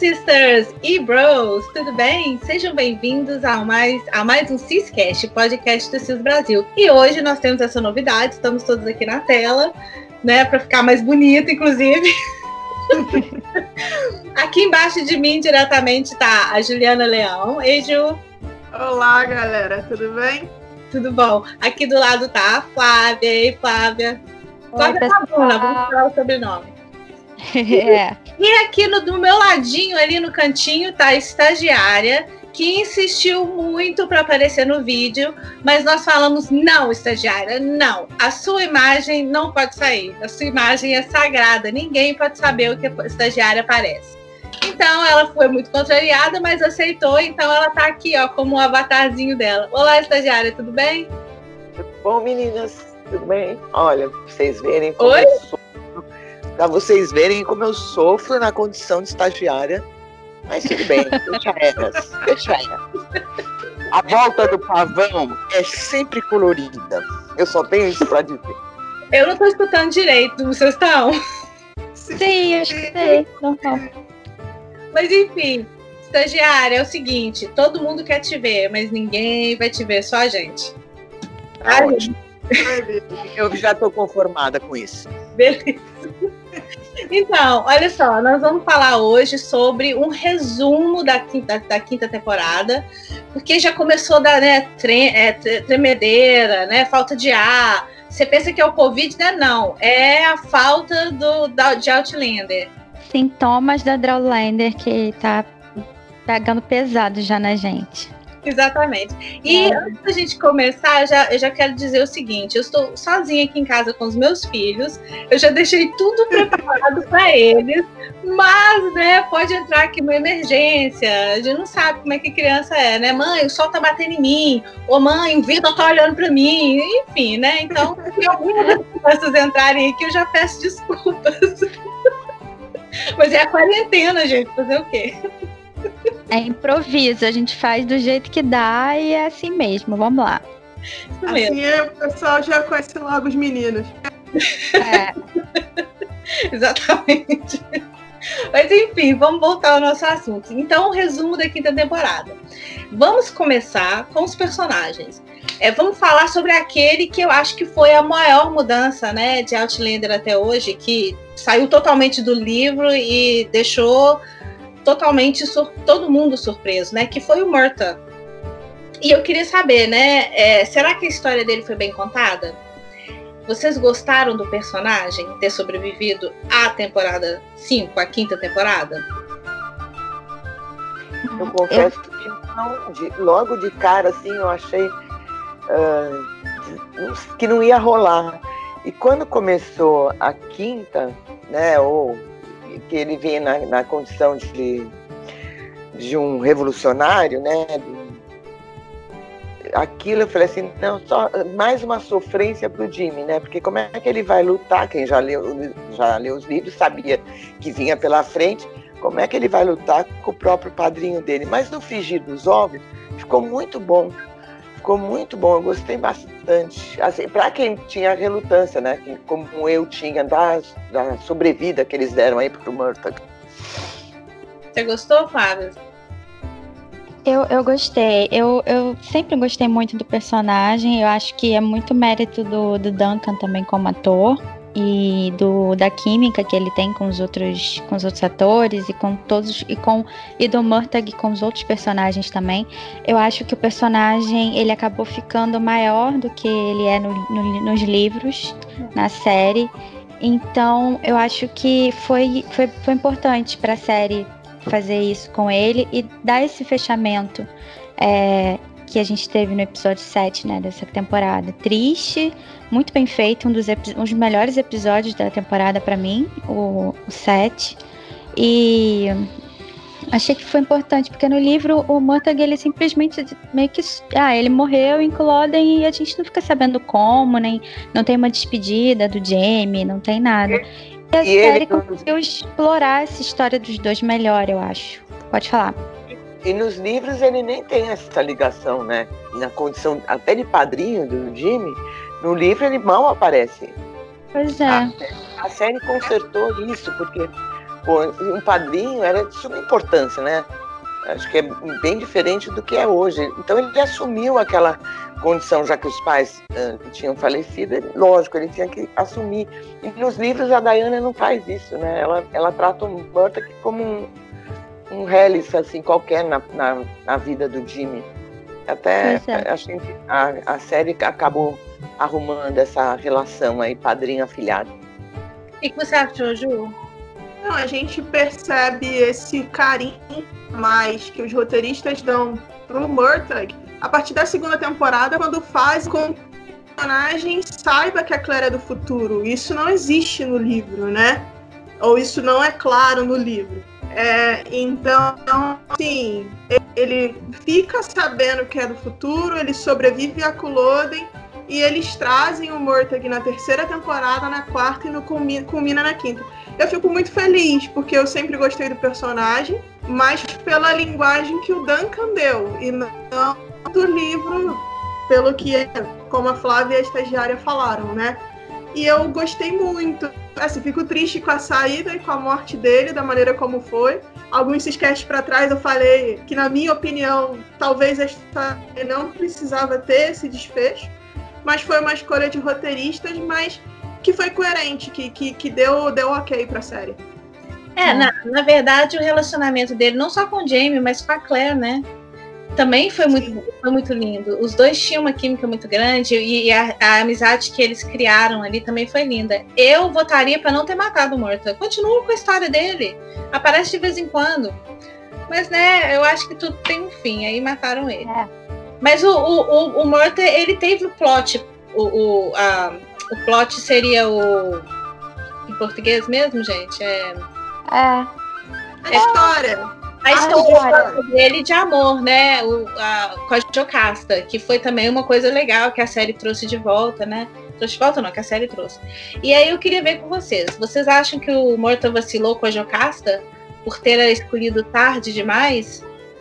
sisters e bros, tudo bem? Sejam bem-vindos a mais um Ciscast, podcast do Cis Brasil. E hoje nós temos essa novidade, estamos todos aqui na tela, né, para ficar mais bonito, inclusive. Aqui embaixo de mim, diretamente, tá a Juliana Leão. Ei, Ju. Olá, galera, tudo bem? Tudo bom. Aqui do lado tá a Flávia. Ei, Flávia. Flávia Tabuna, vamos falar o sobrenome. É. E aqui do meu ladinho, ali no cantinho, tá a estagiária, que insistiu muito para aparecer no vídeo, mas nós falamos, não, estagiária, não. A sua imagem não pode sair. A sua imagem é sagrada. Ninguém pode saber o que a estagiária parece. Então, ela foi muito contrariada, mas aceitou. Então, ela tá aqui, ó, como um avatarzinho dela. Olá, estagiária, tudo bem? Tudo bom, meninas? Tudo bem? Olha, pra vocês verem como Oi? eu sofro. Pra vocês verem como eu sofro na condição de estagiária. Mas tudo bem, deixa elas. A volta do pavão é sempre colorida. Eu só tenho isso pra dizer. Eu não tô escutando direito, vocês estão? Sim, acho que sei. Mas enfim, estagiária, é o seguinte, todo mundo quer te ver, mas ninguém vai te ver, só a gente. Tá ótimo. Eu já estou conformada com isso. Beleza. Então, olha só, nós vamos falar hoje sobre um resumo da quinta temporada, porque já começou a dar, né, tremedeira, né, falta de ar. Você pensa que é o Covid, né? Não, é a falta de Outlander. Sintomas da Outlander que tá pegando pesado já na gente. Exatamente. E antes da gente começar, eu já quero dizer o seguinte, eu estou sozinha aqui em casa com os meus filhos, eu já deixei tudo preparado para eles, mas, né, pode entrar aqui uma emergência, a gente não sabe como é que criança é, né? Mãe, o sol tá batendo em mim, ou mãe, o Vitor tá olhando para mim, enfim, né? Então, se algumas das crianças entrarem aqui, eu já peço desculpas. Mas é a quarentena, gente, fazer o quê? É improviso, a gente faz do jeito que dá e é assim mesmo, vamos lá. Isso mesmo. Assim o pessoal já conhece logo os meninos. É. Exatamente. Mas enfim, vamos voltar ao nosso assunto. Então, o resumo da quinta temporada. Vamos começar com os personagens. Vamos falar sobre aquele que eu acho que foi a maior mudança, né, de Outlander até hoje, que saiu totalmente do livro e deixou totalmente todo mundo surpreso, né? Que foi o Murtagh. E eu queria saber, né? Será que a história dele foi bem contada? Vocês gostaram do personagem ter sobrevivido à temporada 5, a quinta temporada? Eu confesso que logo de cara, assim, eu achei que não ia rolar. E quando começou a quinta, né? Ou que ele vinha na condição de um revolucionário, né? Aquilo eu falei assim, não, só mais uma sofrência para o Jimmy, né? Porque como é que ele vai lutar? Quem já leu os livros sabia que vinha pela frente. Como é que ele vai lutar com o próprio padrinho dele? Mas no frigir dos ovos ficou muito bom. Ficou muito bom, eu gostei bastante. Assim, para quem tinha relutância, né? Como eu tinha, da sobrevida que eles deram aí pro Murtagh. Você gostou, Flávia? Eu gostei. Eu sempre gostei muito do personagem. Eu acho que é muito mérito do Duncan também como ator. E da química que ele tem com os outros atores e com todos e do Murtagh com os outros personagens também. Eu acho que o personagem ele acabou ficando maior do que ele é nos livros, na série. Então eu acho que foi importante para a série fazer isso com ele e dar esse fechamento que a gente teve no episódio 7, né, dessa temporada. Triste, muito bem feito, um dos melhores episódios da temporada pra mim, o 7. E achei que foi importante, porque no livro o Murtagh, ele simplesmente meio que... ele morreu em Culloden e a gente não fica sabendo como, nem não tem uma despedida do Jaime, não tem nada. E a série conseguiu explorar essa história dos dois melhor, eu acho. Pode falar. E nos livros ele nem tem essa ligação, né? Na condição até de padrinho do Jimmy, no livro ele mal aparece. Pois é. A série consertou isso, porque Um padrinho era de suma importância, né? Acho que é bem diferente do que é hoje. Então ele assumiu aquela condição, já que os pais tinham falecido, lógico, ele tinha que assumir. E nos livros a Diana não faz isso, né? Ela trata o Murtagh como um Hellis, assim, qualquer na vida do Jimmy. Até achei que a série acabou arrumando essa relação aí, padrinho-afilhado. O que você achou, Ju? Não, a gente percebe esse carinho mais que os roteiristas dão pro Murtagh a partir da segunda temporada, quando faz com que o personagem saiba que a Claire é do futuro. Isso não existe no livro, né? Ou isso não é claro no livro. Então, assim, ele fica sabendo que é do futuro, ele sobrevive a Culloden, e eles trazem o Murtagh na terceira temporada, na quarta e culmina na quinta. Eu fico muito feliz, porque eu sempre gostei do personagem, mas pela linguagem que o Duncan deu, e não do livro, pelo que, como a Flávia e a estagiária falaram, né? E eu gostei muito. Assim, fico triste com a saída e com a morte dele, da maneira como foi. Alguns sketches para trás eu falei que, na minha opinião, talvez a história não precisava ter esse desfecho, mas foi uma escolha de roteiristas, mas que foi coerente, que deu ok pra série. Na verdade, o relacionamento dele, não só com o Jaime, mas com a Claire, né? Também foi muito lindo. Os dois tinham uma química muito grande e a amizade que eles criaram ali também foi linda. Eu votaria para não ter matado o Murtagh. Continua com a história dele. Aparece de vez em quando. Mas, né, eu acho que tudo tem um fim. Aí mataram ele. Mas o Murtagh, ele teve o plot. O plot seria o... Em português mesmo, gente? A história. A história dele de amor, né? Com a Jocasta, que foi também uma coisa legal que a série trouxe de volta, né? Trouxe de volta não, que a série trouxe. E aí eu queria ver com vocês. Vocês acham que o Murtagh vacilou com a Jocasta por ter escolhido tarde demais?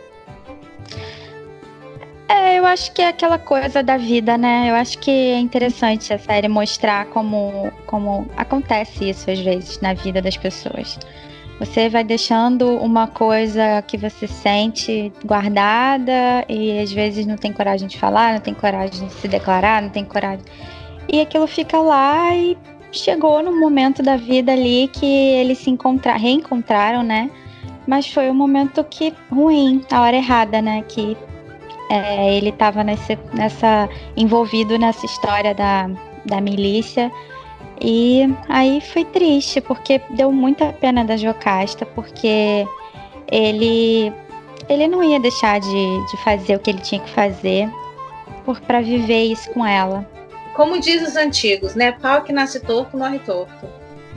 Eu acho que é aquela coisa da vida, né? Eu acho que é interessante a série mostrar como acontece isso às vezes na vida das pessoas. Você vai deixando uma coisa que você sente guardada e às vezes não tem coragem de falar, não tem coragem de se declarar, não tem coragem. E aquilo fica lá e chegou no momento da vida ali que eles se reencontraram, né? Mas foi um momento ruim, a hora errada, né? Que ele estava envolvido nessa história da milícia. E aí foi triste, porque deu muita pena da Jocasta, porque ele não ia deixar de fazer o que ele tinha que fazer para viver isso com ela. Como diz os antigos, né? Pau que nasce torto, morre torto.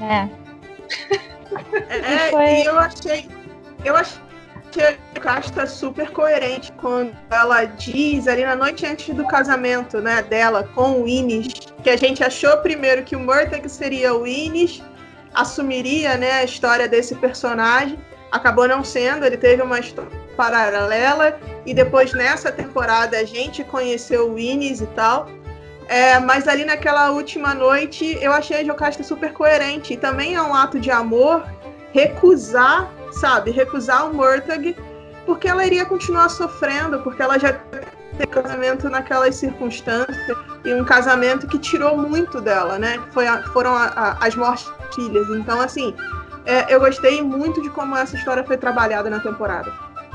E eu achei a Jocasta super coerente quando ela diz ali na noite antes do casamento, né, dela com o Innis, que a gente achou primeiro que o Murtagh seria o Innis, assumiria, né, a história desse personagem, acabou não sendo, ele teve uma história paralela e depois nessa temporada a gente conheceu o Innis e tal, mas ali naquela última noite eu achei a Jocasta super coerente e também é um ato de amor recusar o Murtagh, porque ela iria continuar sofrendo, porque ela já teve casamento naquelas circunstâncias, e um casamento que tirou muito dela, né? Foram as mortes das filhas. Então, assim, eu gostei muito de como essa história foi trabalhada na temporada.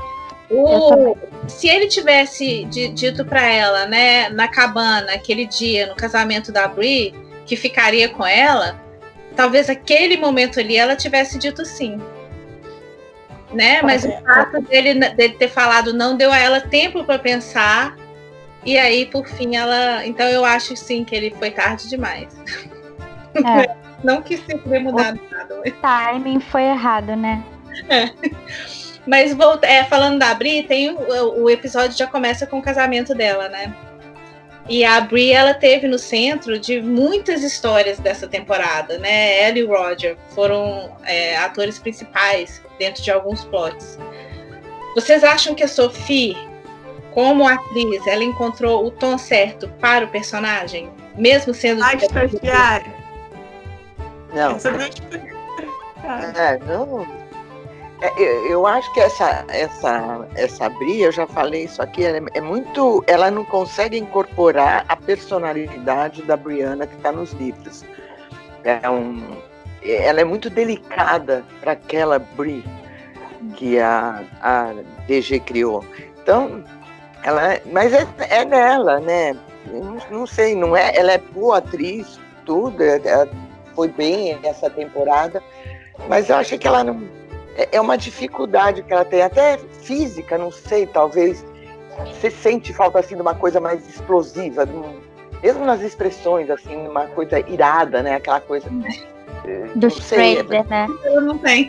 Se ele tivesse dito pra ela, né, na cabana, aquele dia, no casamento da Bree, que ficaria com ela, talvez aquele momento ali ela tivesse dito sim. Né? Mas o fato dele ter falado não deu a ela tempo para pensar, e aí por fim ela. Então eu acho sim que ele foi tarde demais. Não que se tenha mudado nada. O timing foi errado, né? Mas falando da Bree, tem o episódio já começa com o casamento dela, né? E a Bree, ela teve no centro de muitas histórias dessa temporada, né? Ela e o Roger foram atores principais dentro de alguns plots. Vocês acham que a Sophie, como atriz, ela encontrou o tom certo para o personagem? Mesmo sendo... estagiária. Não. Não. Eu acho que essa Bri, eu já falei isso aqui, ela não consegue incorporar a personalidade da Brianna que está nos livros. Ela é muito delicada para aquela Bri que a DG criou. Então, mas é nela, né? Não sei, não é? Ela é boa atriz, tudo, ela foi bem essa temporada, mas eu acho que ela não. É uma dificuldade que ela tem, até física, não sei, talvez. Você sente falta assim de uma coisa mais explosiva, mesmo nas expressões, assim, uma coisa irada, né? Aquela coisa. Dos Fraser, né? Eu não tenho.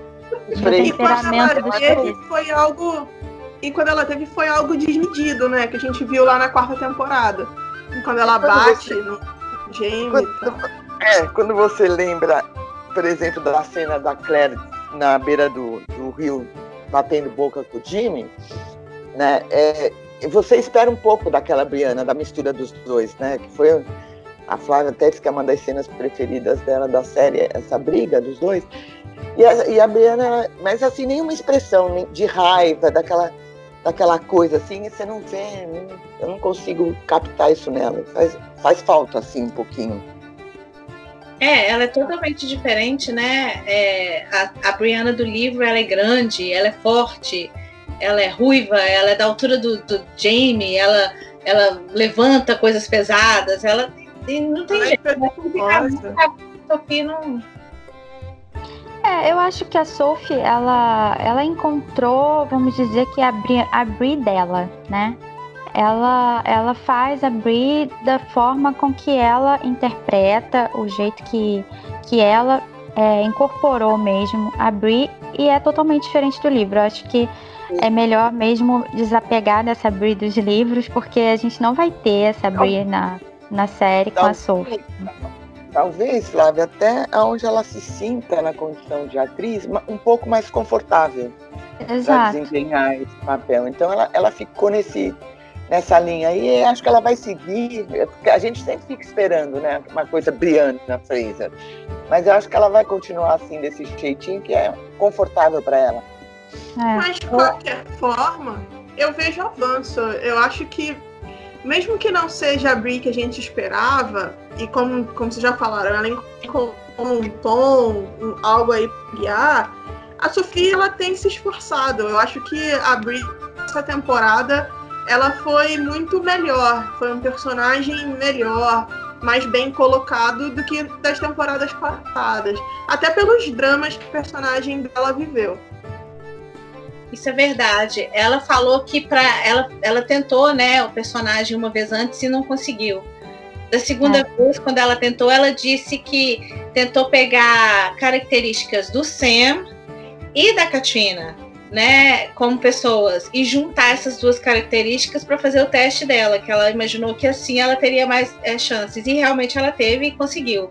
E quando ela teve foi algo desmedido, né? Que a gente viu lá na 4ª temporada. E quando ela bate no Jamie. Quando você lembra, por exemplo, da cena da Claire na beira do rio batendo boca com o Jimmy, né? Você espera um pouco daquela Brianna, da mistura dos dois, né? Que foi a Flávia até disse que é uma das cenas preferidas dela da série, essa briga dos dois. E a Brianna, mas assim, nenhuma expressão de raiva, daquela coisa assim, você não vê, eu não consigo captar isso nela. Faz falta, assim, um pouquinho. Ela é totalmente diferente, né? A Brianna do livro, ela é grande, ela é forte, ela é ruiva, ela é da altura do Jamie, ela levanta coisas pesadas, ela não tem jeito. A Sophie não... Eu acho que a Sophie, ela encontrou, vamos dizer que a Bri dela, né? Ela faz a Bri da forma com que ela interpreta, o jeito que ela incorporou mesmo a Bri, e é totalmente diferente do livro. Eu acho que é melhor mesmo desapegar dessa Bri dos livros, porque a gente não vai ter essa Bri na série com a Sophie. Talvez, Flávia, até onde ela se sinta na condição de atriz, um pouco mais confortável para desempenhar esse papel. Então ela ficou nessa linha aí, e acho que ela vai seguir, porque a gente sempre fica esperando, né, uma coisa Brianna Fraser, mas eu acho que ela vai continuar assim, desse jeitinho que é confortável para ela. Mas de qualquer forma, eu vejo avanço. Eu acho que mesmo que não seja a Bri que a gente esperava, e como vocês já falaram, ela encontrou um tom, algo aí para guiar, a Sophie, ela tem se esforçado. Eu acho que a Bri, essa temporada, ela foi muito melhor. Foi um personagem melhor, mais bem colocado do que das temporadas passadas. Até pelos dramas que o personagem dela viveu. Isso é verdade. Ela falou que ela tentou, né, o personagem uma vez antes e não conseguiu. Da segunda vez, quando ela tentou, ela disse que tentou pegar características do Sam e da Katrina, né, como pessoas, e juntar essas duas características para fazer o teste dela, que ela imaginou que assim ela teria mais chances, e realmente ela teve e conseguiu.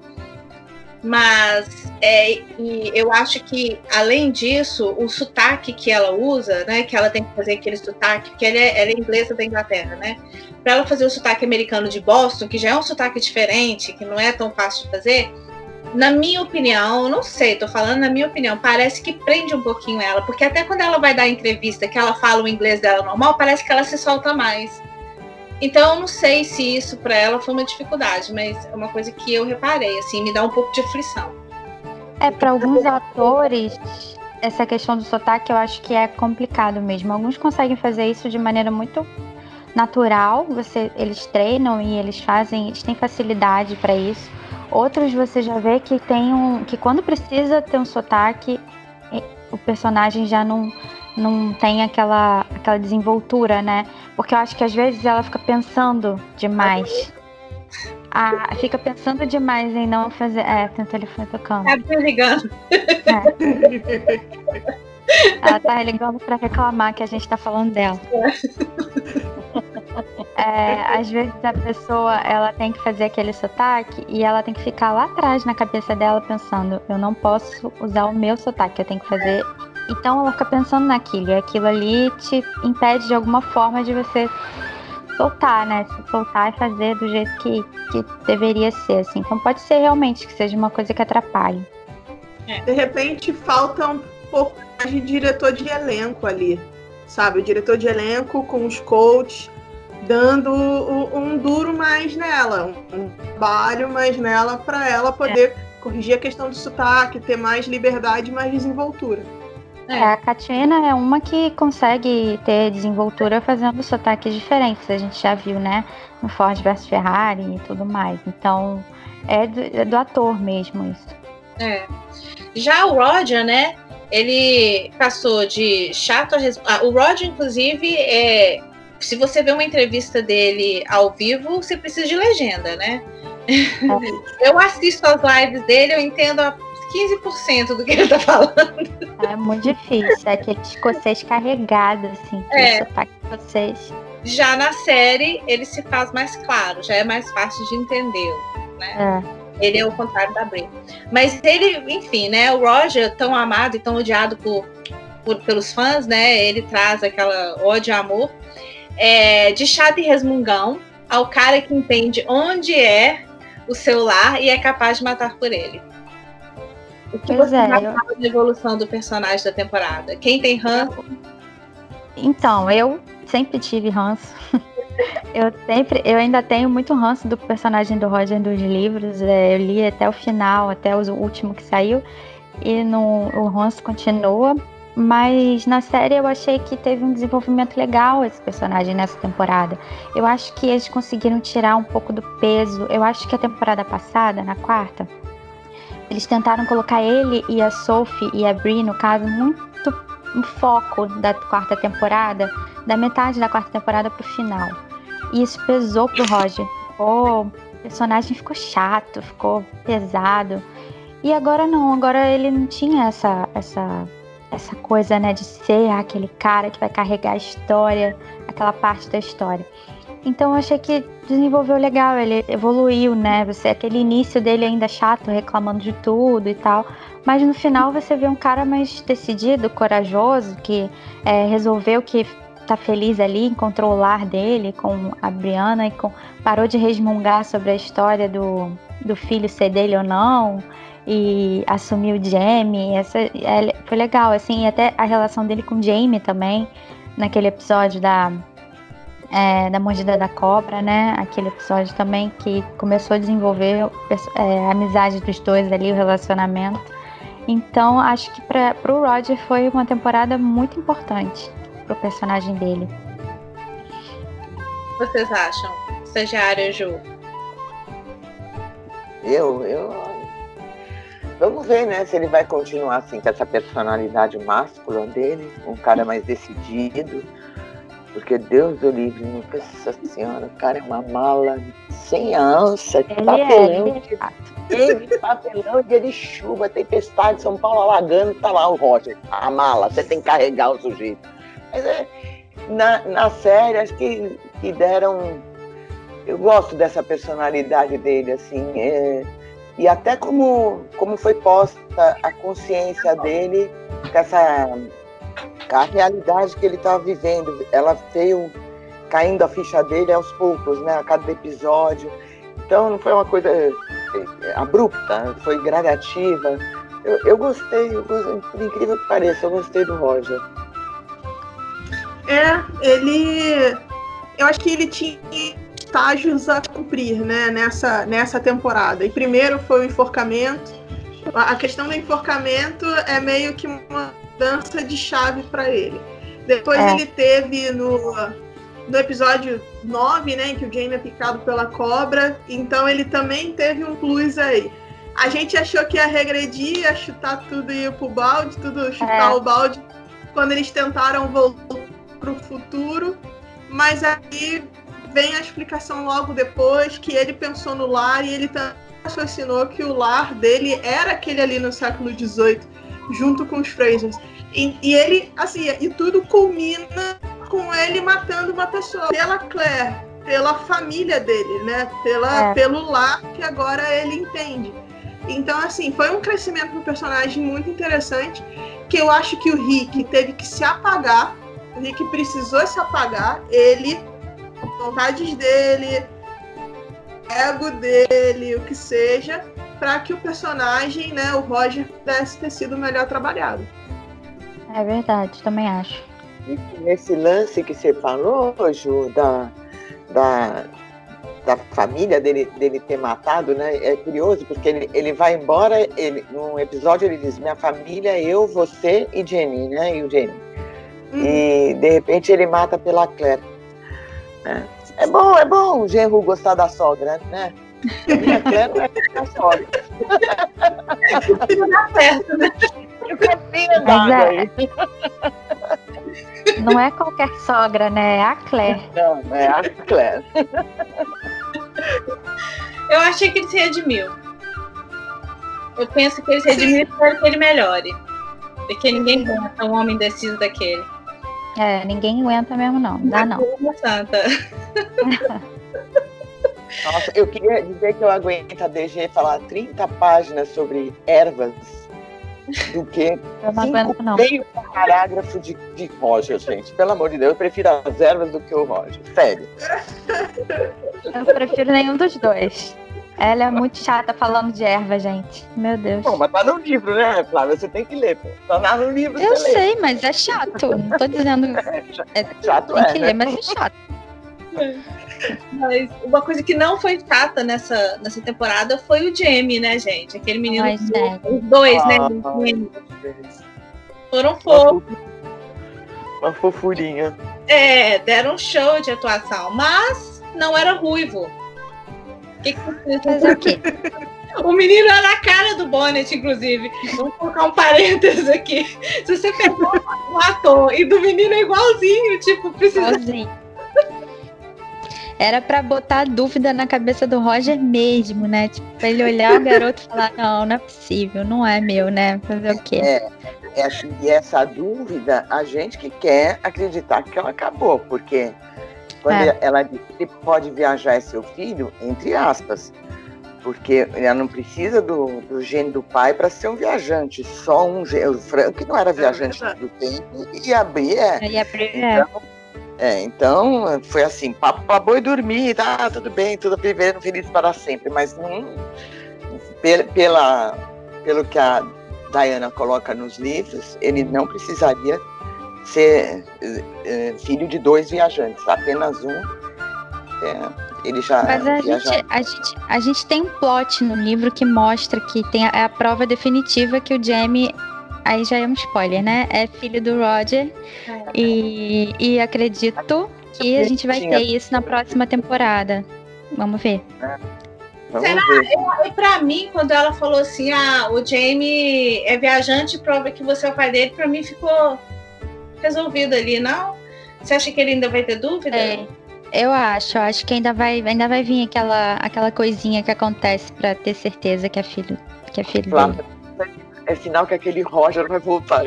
Mas e eu acho que, além disso, o sotaque que ela usa, né, que ela tem que fazer aquele sotaque, porque ela é inglesa da Inglaterra, né, para ela fazer o sotaque americano de Boston, que já é um sotaque diferente, que não é tão fácil de fazer, na minha opinião, não sei, tô falando na minha opinião, parece que prende um pouquinho ela, porque até quando ela vai dar entrevista, que ela fala o inglês dela normal, parece que ela se solta mais. Então, eu não sei se isso para ela foi uma dificuldade, mas é uma coisa que eu reparei, assim, me dá um pouco de aflição. Para alguns atores, essa questão do sotaque eu acho que é complicado mesmo. Alguns conseguem fazer isso de maneira muito natural, eles treinam e eles têm facilidade para isso. Outros você já vê que que quando precisa ter um sotaque, o personagem já não tem aquela desenvoltura, né? Porque eu acho que às vezes ela fica pensando demais. Fica pensando demais em não fazer... tem o telefone tocando. Tá ligando. Ela tá ligando pra reclamar que a gente tá falando dela. Às vezes a pessoa, ela tem que fazer aquele sotaque e ela tem que ficar lá atrás na cabeça dela pensando, eu não posso usar o meu sotaque, eu tenho que fazer... Então ela fica pensando naquilo, e aquilo ali te impede de alguma forma de você soltar, né? Se soltar e fazer do jeito que deveria ser, assim. Então pode ser realmente que seja uma coisa que atrapalhe. De repente falta um pouco de diretor de elenco ali, sabe? O diretor de elenco com os coaches dando um duro mais nela, um trabalho mais nela para ela poder corrigir a questão do sotaque, ter mais liberdade, mais desenvoltura. A Katrina é uma que consegue ter desenvoltura fazendo sotaques diferentes, a gente já viu, né? No Ford vs Ferrari e tudo mais. Então, é do ator mesmo isso. Já o Roger, né? Ele passou de chato a... O Roger, inclusive, se você vê uma entrevista dele ao vivo, você precisa de legenda, né? Eu assisto as lives dele, eu entendo 15% do que ele tá falando. É muito difícil, é aquele escocês carregado, assim, sotaque escocês. Já na série, ele se faz mais claro, já é mais fácil de entender, né? Ele é o contrário da Brie. Mas ele, enfim, né? O Roger, tão amado e tão odiado pelos fãs, né? Ele traz aquela ódio e amor. De chato e resmungão ao cara que entende onde é o seu lar e é capaz de matar por ele. O que você fala da evolução do personagem da temporada? Quem tem ranço? Então, eu sempre tive ranço. Eu ainda tenho muito ranço do personagem do Roger dos livros. Eu li até o final, até o último que saiu, e o ranço continua. Mas na série eu achei que teve um desenvolvimento legal esse personagem nessa temporada. Eu acho que eles conseguiram tirar um pouco do peso. Eu acho que a temporada passada, na quarta, eles tentaram colocar ele e a Sophie e a Brie, no caso, muito no foco da quarta temporada, da metade da quarta temporada pro final. E isso pesou pro Roger. O personagem ficou chato, ficou pesado. E agora não, agora ele não tinha essa coisa, né, de ser aquele cara que vai carregar a história, aquela parte da história. Então eu achei que desenvolveu legal, ele evoluiu, né? Aquele início dele ainda chato, reclamando de tudo e tal, mas no final você vê um cara mais decidido, corajoso, que resolveu que tá feliz ali, encontrou o lar dele com a Brianna e parou de resmungar sobre a história do filho ser dele ou não, e assumiu o Jamie. Foi legal, assim, e até a relação dele com o Jamie também, naquele episódio da mordida da cobra, né? Aquele episódio também que começou a desenvolver a amizade dos dois ali, o relacionamento. Então, acho que pro Roger foi uma temporada muito importante pro personagem dele. O que vocês acham? Estagiário, Ju? Vamos ver, né, se ele vai continuar assim com essa personalidade máscula dele, um cara mais decidido, porque Deus do livre, nossa senhora, o cara é uma mala sem alça, de papelão, de papelão, dia de chuva, tempestade, São Paulo alagando, tá lá o Roger, a mala, você tem que carregar o sujeito. Mas na série, acho que deram, eu gosto dessa personalidade dele, assim, e até como foi posta a consciência dele com a realidade que ele estava vivendo. Ela veio caindo a ficha dele aos poucos, né, a cada episódio. Então não foi uma coisa abrupta, foi gradativa. Eu gostei, por incrível que pareça, eu gostei do Roger. Eu acho que ele tinha estágios a cumprir, né, nessa temporada. E primeiro foi o enforcamento. A questão do enforcamento é meio que uma mudança de chave para ele. Depois ele teve no episódio 9, né, em que o Jamie é picado pela cobra. Então ele também teve um plus aí. A gente achou que ia regredir, ia chutar tudo e ir pro balde, chutar o balde, quando eles tentaram voltar pro futuro. Mas aí vem a explicação logo depois, que ele pensou no lar e ele também raciocinou que o lar dele era aquele ali no século XVIII, junto com os Frasers. E ele, assim, e tudo culmina com ele matando uma pessoa, pela Claire, pela família dele, né? Pelo lar que agora ele entende. Então, assim, foi um crescimento do personagem muito interessante, que eu acho que o Rick teve que se apagar, o Rick precisou se apagar, ele, vontades dele, ego dele, o que seja, para que o personagem, né, o Roger, pudesse ter sido melhor trabalhado. É verdade, também acho. E nesse lance que você falou, Ju, da família dele ter matado, né? É curioso, porque ele vai embora, num episódio ele diz, minha família, eu, você e Jenny, né? E o Jenny. E, de repente, ele mata pela Claire. Né? É bom o genro gostar da sogra, né? A minha Claire não é da sogra. Não dá certo, né? Não é qualquer sogra, né? É a Claire. Não, é a Claire. Eu achei que ele se redimiu. Eu penso que ele se redimiu e espero que ele melhore. Porque ninguém aguenta um homem indeciso daquele. É, ninguém aguenta mesmo, não. Dá não. Santa. Nossa, eu queria dizer que eu aguento a DG falar 30 páginas sobre ervas do que eu não aguento, não. meio parágrafo de Roger, gente. Pelo amor de Deus, eu prefiro as ervas do que o Roger. Sério. Eu prefiro nenhum dos dois. Ela é muito chata falando de erva, gente. Meu Deus. Bom, mas tá no livro, né, Flávia? Você tem que ler, pô. Tá lá no livro. Eu sei, mas é chato. Não tô dizendo. Chato tem que ler, né? mas é chato. Mas uma coisa que não foi chata nessa temporada foi o Jamie, né, gente? Aquele menino. Os dois, né? Foram fofos. Uma fofurinha. É, deram um show de atuação, mas não era ruivo. Fazer o quê? O menino era a cara do Bonnet, inclusive. Vamos colocar um parênteses aqui. Se você pegou um ator e do menino é igualzinho, tipo, precisa. Igualzinho. Era pra botar dúvida na cabeça do Roger mesmo, né? Tipo, pra ele olhar o garoto e falar, não é possível, não é meu, né? Fazer o quê? E essa dúvida, a gente que quer acreditar que ela acabou, porque quando ela diz que pode viajar é seu filho, entre aspas, porque ela não precisa do gene do pai para ser um viajante, só um gene. O Frank não era viajante do tempo e a Bri então foi assim, papo pra boi dormir, tá, tudo bem, tudo vivendo feliz para sempre, mas não, pelo que a Diana coloca nos livros, ele não precisaria ser filho de 2 viajantes, apenas um. Ele já. Mas a gente tem um plot no livro que mostra que tem a prova definitiva que o Jamie, aí já é um spoiler, né? É filho do Roger. E acredito que a gente vai ter isso na próxima temporada. Vamos ver. E pra mim, quando ela falou assim, o Jamie é viajante, prova que você é o pai dele, pra mim ficou resolvido ali, não? Você acha que ele ainda vai ter dúvida? Eu acho que ainda vai vir aquela coisinha que acontece pra ter certeza que é filho dele. É sinal que aquele Roger vai voltar.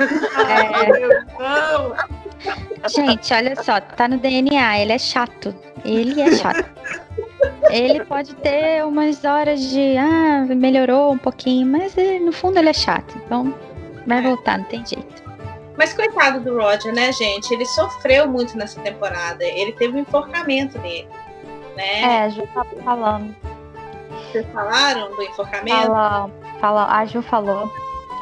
Não. Gente, olha só, tá no DNA, ele é chato. Ele é chato. Ele pode ter umas horas de melhorou um pouquinho, mas no fundo ele é chato. Então vai voltar, não tem jeito. Mas coitado do Roger, né, gente? Ele sofreu muito nessa temporada. Ele teve um enforcamento nele, né? A Ju tava falando. Vocês falaram do enforcamento? A Ju falou.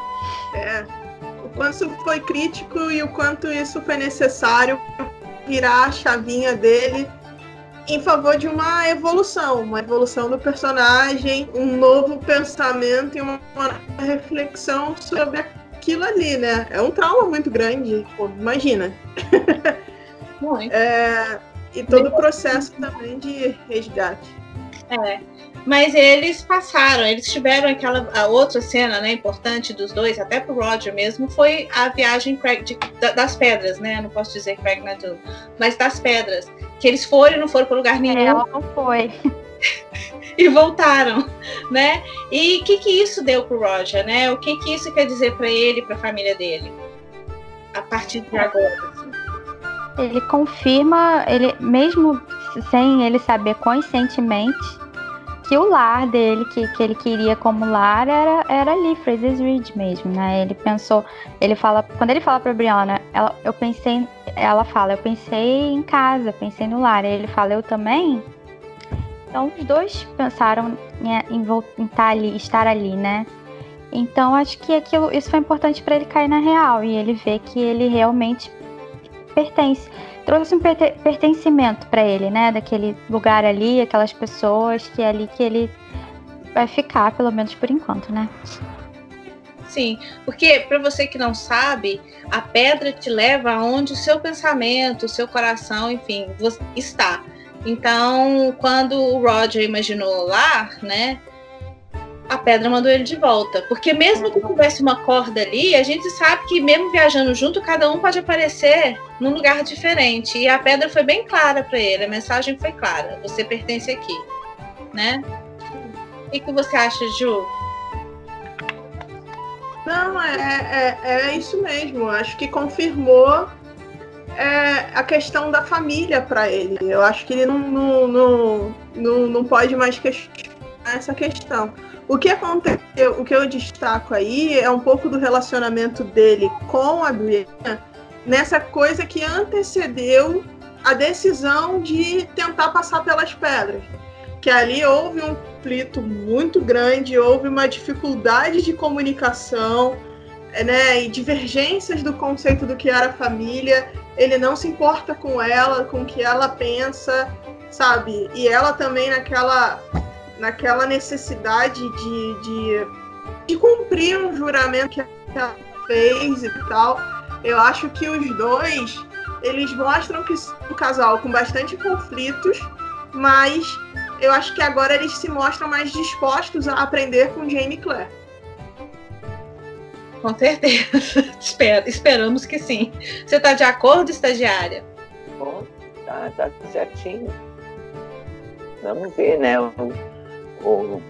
O quanto isso foi crítico e o quanto isso foi necessário virar a chavinha dele em favor de uma evolução do personagem, um novo pensamento e uma reflexão sobre aquilo ali, né? É um trauma muito grande, pô, imagina. Muito. E todo o processo também de resgate. Mas eles passaram, eles tiveram a outra cena, né, importante dos dois, até pro Roger mesmo, foi a viagem das pedras, né? Eu não posso dizer Craig Nadu, mas das pedras. Que eles foram e não foram para lugar nenhum. Ela não foi. E voltaram, né? E o que isso deu pro Roger, né? O que isso quer dizer para ele e para a família dele? A partir de agora. Assim. Ele confirma, mesmo sem ele saber conscientemente, que o lar dele, que ele queria como lar, era ali, Fraser's Ridge mesmo, né? Quando ele fala pra Brianna, eu pensei em casa, pensei no lar. Aí ele fala, eu também? Então os dois pensaram em estar ali, né? Então acho que isso foi importante para ele cair na real e ele ver que ele realmente pertence. Trouxe um pertencimento para ele, né? Daquele lugar ali, aquelas pessoas, que é ali que ele vai ficar, pelo menos por enquanto, né? Sim, porque para você que não sabe, a pedra te leva aonde o seu pensamento, o seu coração, enfim, está. Então, quando o Roger imaginou o lar, né? A pedra mandou ele de volta. Porque mesmo que tivesse uma corda ali, a gente sabe que mesmo viajando junto, cada um pode aparecer num lugar diferente. E a pedra foi bem clara para ele, a mensagem foi clara. Você pertence aqui, né? O que você acha, Ju? Não, é isso mesmo. Eu acho que confirmou a questão da família para ele. Eu acho que ele não pode mais questionar essa questão. O que aconteceu, o que eu destaco aí é um pouco do relacionamento dele com a Brienne, nessa coisa que antecedeu a decisão de tentar passar pelas pedras. Que ali houve um conflito muito grande, houve uma dificuldade de comunicação, né, e divergências do conceito do que era família. Ele não se importa com ela, com o que ela pensa, sabe? E ela também naquela necessidade de cumprir um juramento que ela fez e tal. Eu acho que os dois, eles mostram que são um casal com bastante conflitos, mas eu acho que agora eles se mostram mais dispostos a aprender com Jaime e Claire. Com certeza. Esperamos que sim. Você está de acordo, estagiária? Bom, tá certinho. Vamos ver, né? O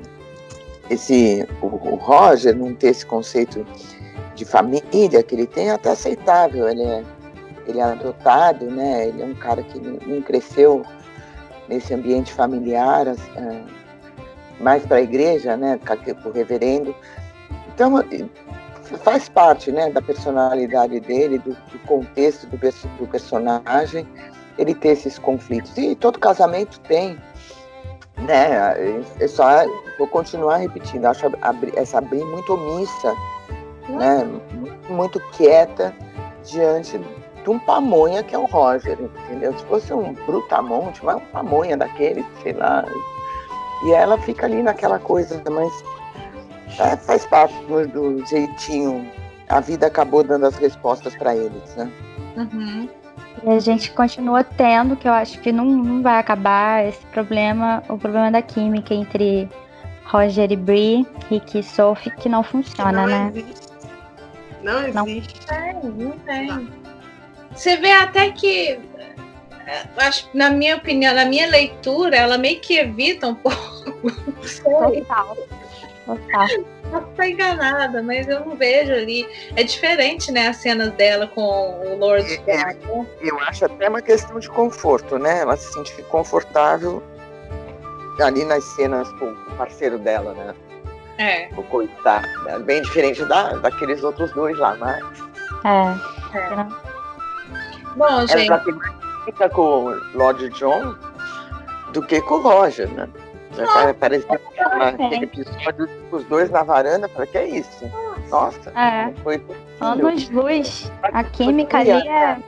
Roger não ter esse conceito de família que ele tem é até aceitável. Ele é adotado, né? Ele é um cara que não cresceu nesse ambiente familiar, mais para a igreja, né? O reverendo. Então faz parte, né, da personalidade dele, do contexto do personagem, ele ter esses conflitos. E todo casamento tem, né? Vou continuar repetindo, acho essa Bri muito omissa, né? Muito quieta diante de um pamonha que é o Roger, entendeu? Se fosse um brutamonte, mas um pamonha daquele, sei lá, e ela fica ali naquela coisa, mas faz parte do jeitinho. A vida acabou dando as respostas para eles, né? Uhum. E a gente continua tendo, que eu acho que não vai acabar esse problema, o problema da química entre Roger e Bri, Rick e Sophie, que não funciona, né? Não existe. Não tem. Você vê até que, acho, na minha opinião, na minha leitura, ela meio que evita um pouco. Total. Posso estar enganada, mas eu não vejo ali. É diferente, né, as cenas dela com o Lord. Eu acho até uma questão de conforto, né? Ela se sente confortável ali nas cenas com o parceiro dela, né? O coitado. Bem diferente daqueles outros dois lá, mas... Bom, gente... Ela tem mais química com o Lord John do que com o Roger, né? Parece aquele episódio os dois na varanda. Falei, que é isso? Nossa, foi anos-luz. A química ali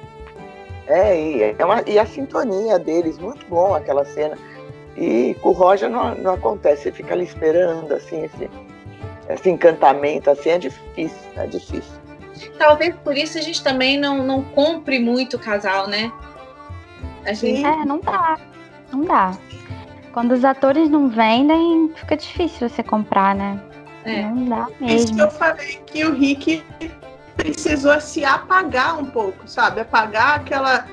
e a sintonia deles, muito bom aquela cena. E com o Roger não acontece, você fica ali esperando, assim, esse encantamento, assim, é difícil. Talvez por isso a gente também não compre muito o casal, né? A gente... não dá. Quando os atores não vendem, fica difícil você comprar, né? Não dá mesmo. Isso que eu falei, que o Rick precisou se apagar um pouco, sabe? Apagar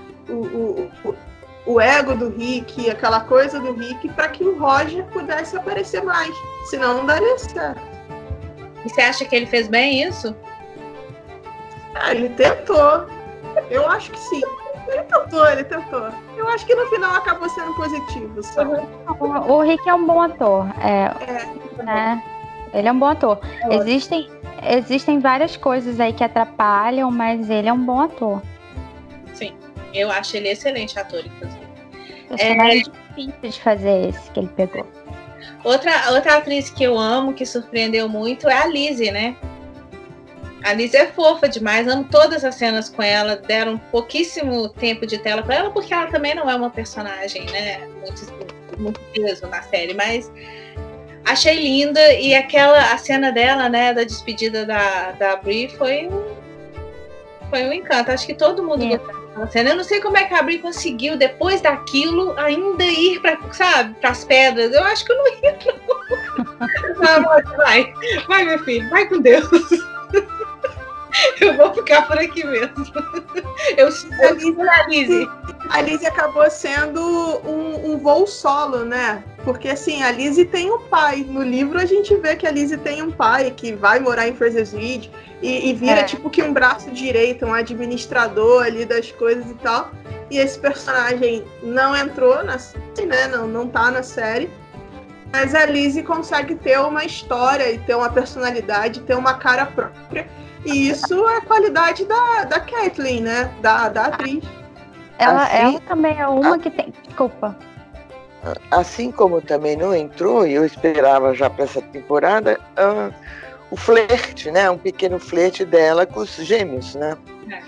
o ego do Rick, aquela coisa do Rick, para que o Roger pudesse aparecer mais. Senão não daria certo. E você acha que ele fez bem isso? Ele tentou. Eu acho que sim. Ele tentou. Eu acho que no final acabou sendo positivo, sabe? O Rick é um bom ator. Né? Ele é um bom ator. Existem várias coisas aí que atrapalham, mas ele é um bom ator. Sim, eu acho ele excelente ator, inclusive. É difícil de fazer esse que ele pegou. Outra atriz que eu amo, que surpreendeu muito, é a Lizzie, né? A Lizzie é fofa demais, amo todas as cenas com ela, deram pouquíssimo tempo de tela para ela, porque ela também não é uma personagem, né? Muito peso na série, mas achei linda, e a cena dela, né, da despedida da Brie foi um encanto. Acho que todo mundo gostou daquela cena. Eu não sei como é que a Brie conseguiu, depois daquilo, ainda ir para as pedras. Eu acho que eu não ia, não. Vai, meu filho, vai com Deus. Eu vou ficar por aqui mesmo. Eu sinto a Lizzie. A Lizzie acabou sendo um voo solo, né? Porque assim, a Lizzie tem um pai. No livro a gente vê que a Lizzie tem um pai que vai morar em Fraser's Ridge e vira tipo que um braço direito, um administrador ali das coisas e tal. E esse personagem não entrou na série, né? Não tá na série. Mas a Lizzie consegue ter uma história e ter uma personalidade, ter uma cara própria. E isso é a qualidade da Kathleen, né? Da atriz. Ela também é uma que tem... Desculpa. Assim como também não entrou, e eu esperava já para essa temporada, o flerte, né? Um pequeno flerte dela com os gêmeos, né?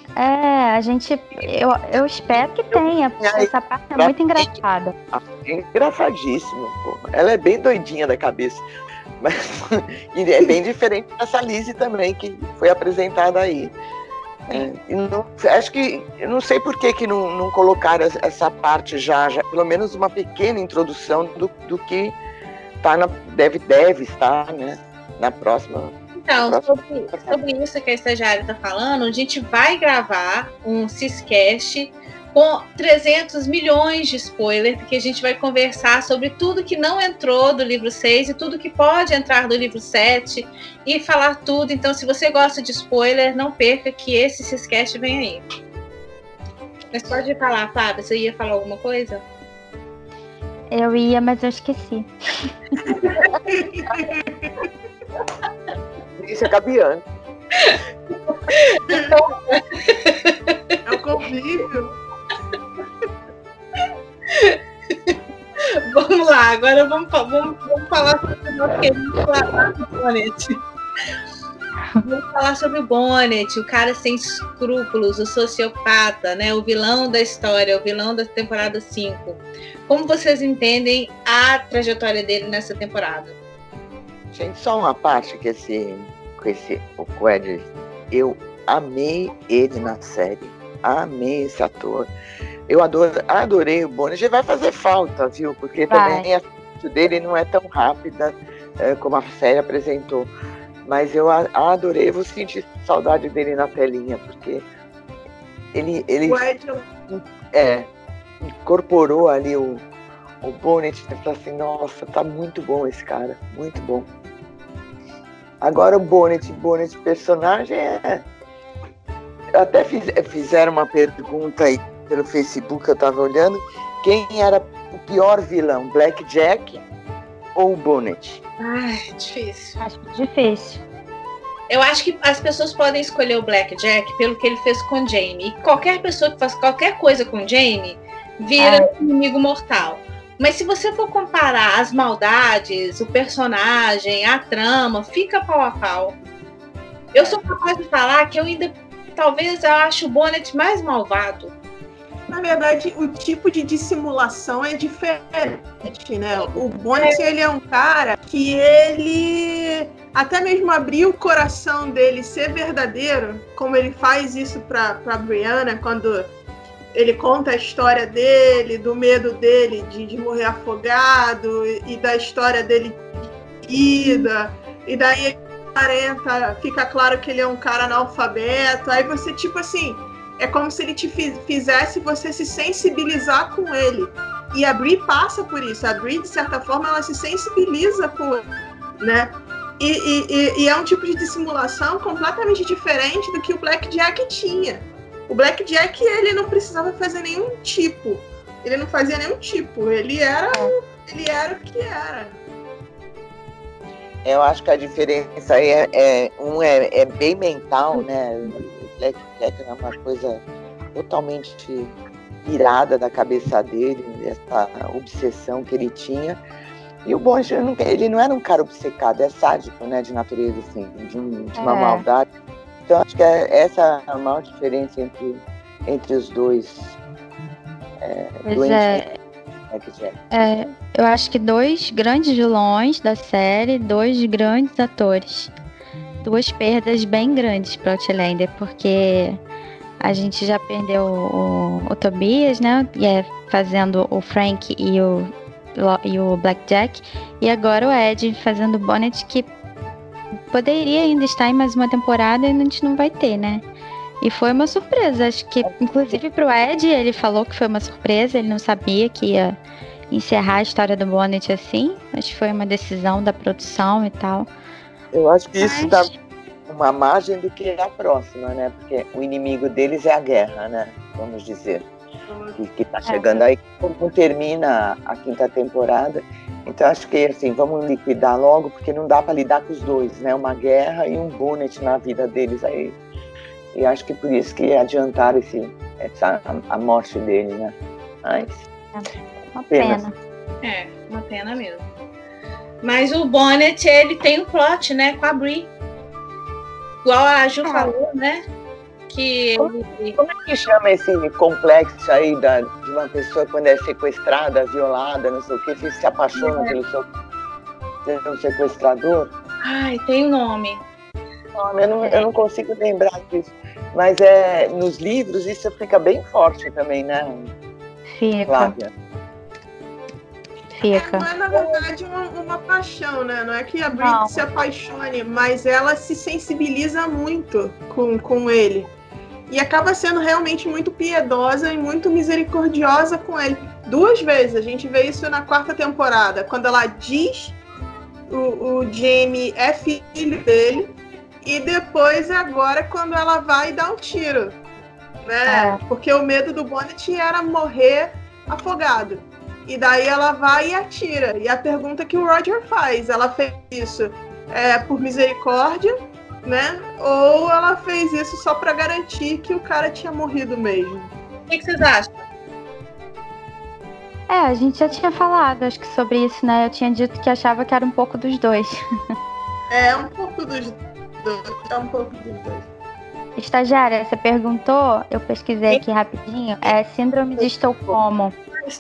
Eu espero que tenha, porque essa parte é muito engraçada. É engraçadíssimo, pô. Ela é bem doidinha da cabeça. Mas e é bem diferente dessa Lizzie também, que foi apresentada aí. Acho que, eu não sei por que não colocaram essa parte já, pelo menos uma pequena introdução do que tá deve estar, né, na próxima. Então, sobre isso que a estagiária está falando, a gente vai gravar um Ciscast com 300 milhões de spoilers, porque a gente vai conversar sobre tudo que não entrou do livro 6 e tudo que pode entrar do livro 7 e falar tudo. Então, se você gosta de spoiler, não perca que esse Ciscast vem aí. Mas pode falar, Fábio, você ia falar alguma coisa? Eu ia, mas eu esqueci. Isso é Gabiane. É o convívio. Vamos lá, agora vamos falar sobre o nosso querido Bonnet. Vamos falar sobre o Bonnet, o cara sem escrúpulos, o sociopata, né? O vilão da história, o vilão da temporada 5. Como vocês entendem a trajetória dele nessa temporada? Gente, só uma parte que o Coed, eu amei ele na série, amei esse ator. Eu adorei o Bonnet. Vai fazer falta, viu? Porque também a parte dele não é tão rápida como a série apresentou. Mas eu adorei. Eu vou sentir saudade dele na telinha, porque ele incorporou ali o Bonnet. E falou assim, nossa, tá muito bom esse cara, muito bom. Agora o Bonnet personagem até fizeram uma pergunta aí pelo Facebook, eu tava olhando, quem era o pior vilão, Blackjack ou o Bonnet? Ai, difícil. Acho difícil. Eu acho que as pessoas podem escolher o Blackjack pelo que ele fez com Jamie. E qualquer pessoa que faz qualquer coisa com Jamie vira inimigo mortal. Mas se você for comparar as maldades, o personagem, a trama, fica pau a pau. Eu sou capaz de falar que eu ainda, talvez, eu acho o Bonnet mais malvado. Na verdade, o tipo de dissimulação é diferente, né? O Bonnet, ele é um cara que ele, até mesmo abrir o coração dele, ser verdadeiro, como ele faz isso pra Brianna, quando ele conta a história dele, do medo dele de morrer afogado, e da história dele de vida, e daí fica claro que ele é um cara analfabeto, aí você, tipo assim, é como se ele te fizesse você se sensibilizar com ele. E a Brie passa por isso. A Brie, de certa forma, ela se sensibiliza com ele, né? E é um tipo de dissimulação completamente diferente do que o Blackjack tinha. O Blackjack, ele não precisava fazer nenhum tipo. Ele não fazia nenhum tipo. Ele era o que era. Eu acho que a diferença aí é bem mental, né? Blackjack é uma coisa totalmente virada da cabeça dele, essa obsessão que ele tinha. E o Bonnet, ele não era um cara obcecado, é sádico, né, de natureza, assim, de uma maldade. Então, acho que essa é a maior diferença entre os dois. Eu acho que 2 grandes vilões da série, 2 grandes atores. 2 perdas bem grandes para Outlander, porque a gente já perdeu o Tobias, né? Fazendo o Frank e o Blackjack. E agora o Ed fazendo o Bonnet, que poderia ainda estar em mais uma temporada e a gente não vai ter, né? E foi uma surpresa. Acho que, inclusive, pro Ed, ele falou que foi uma surpresa. Ele não sabia que ia encerrar a história do Bonnet assim. Acho que foi uma decisão da produção e tal. Eu acho que isso dá uma margem do que a próxima, né? Porque o inimigo deles é a guerra, né? Vamos dizer. Que tá chegando aí, como termina a 5ª temporada. Então acho que assim, vamos liquidar logo, porque não dá para lidar com os dois, né? Uma guerra e um Bonnet na vida deles aí. E acho que por isso que adiantaram a morte dele, né? Mas uma pena. Uma pena mesmo. Mas o Bonnet, ele tem um plot, né, com a Bree. Igual a Ju falou, né? Como é que chama esse complexo aí de uma pessoa quando é sequestrada, violada, não sei o que, você se apaixona pelo seu sequestrador? Ai, tem um nome. Eu não consigo lembrar disso. Mas nos livros isso fica bem forte também, né? Fica. Não é, na verdade, uma paixão, né? Não é que a Brit se apaixone, mas ela se sensibiliza muito com ele. E acaba sendo realmente muito piedosa e muito misericordiosa com ele. 2 vezes, a gente vê isso na 4ª temporada, quando ela diz o Jaime é filho dele, e depois agora quando ela vai dar um tiro, né? Porque o medo do Bonnet era morrer afogado. E daí ela vai e atira. E a pergunta que o Roger faz, ela fez isso por misericórdia, né? Ou ela fez isso só para garantir que o cara tinha morrido mesmo? O que vocês acham? A gente já tinha falado, acho que sobre isso, né? Eu tinha dito que achava que era um pouco dos dois. Um pouco dos dois. Estagiária, você perguntou, eu pesquisei aqui rapidinho, Síndrome de Estocolmo.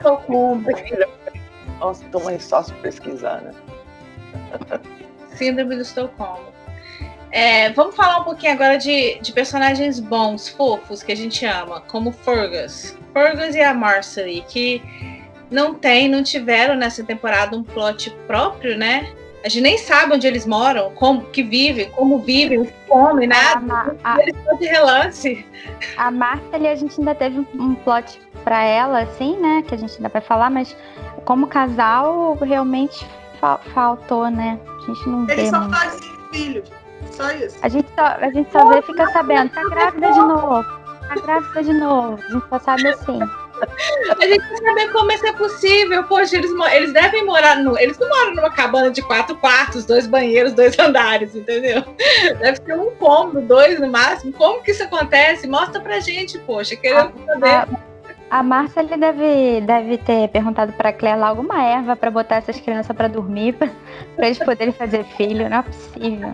Nossa, tô mais fácil pesquisar, né? Síndrome do Estocolmo. Vamos falar um pouquinho agora de personagens bons, fofos, que a gente ama, como Fergus e a Marcelly, que não tiveram nessa temporada um plot próprio, né? A gente nem sabe onde eles moram, como vivem, comem, nada. Eles estão de relance. A Marcelly, a gente ainda teve um plot pra ela, assim, né? Que a gente ainda vai falar, mas como casal, realmente faltou, né? A gente não vê. Eles só fazem filhos, só isso. A gente só vê e fica sabendo. Tá grávida de novo. A gente só sabe assim. A gente quer saber como isso é possível. Poxa, eles devem morar eles não moram numa cabana de 4 quartos, 2 banheiros, 2 andares, entendeu? Deve ser um cômodo, 2 no máximo. Como que isso acontece? Mostra pra gente, poxa, querendo saber. A Marcelly deve ter perguntado pra Claire lá alguma erva pra botar essas crianças pra dormir, pra eles poderem fazer filho. Não é possível.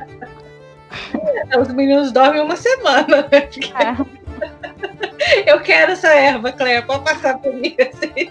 Os meninos dormem uma semana, né? Eu quero essa erva, Claire, pode passar por mim assim.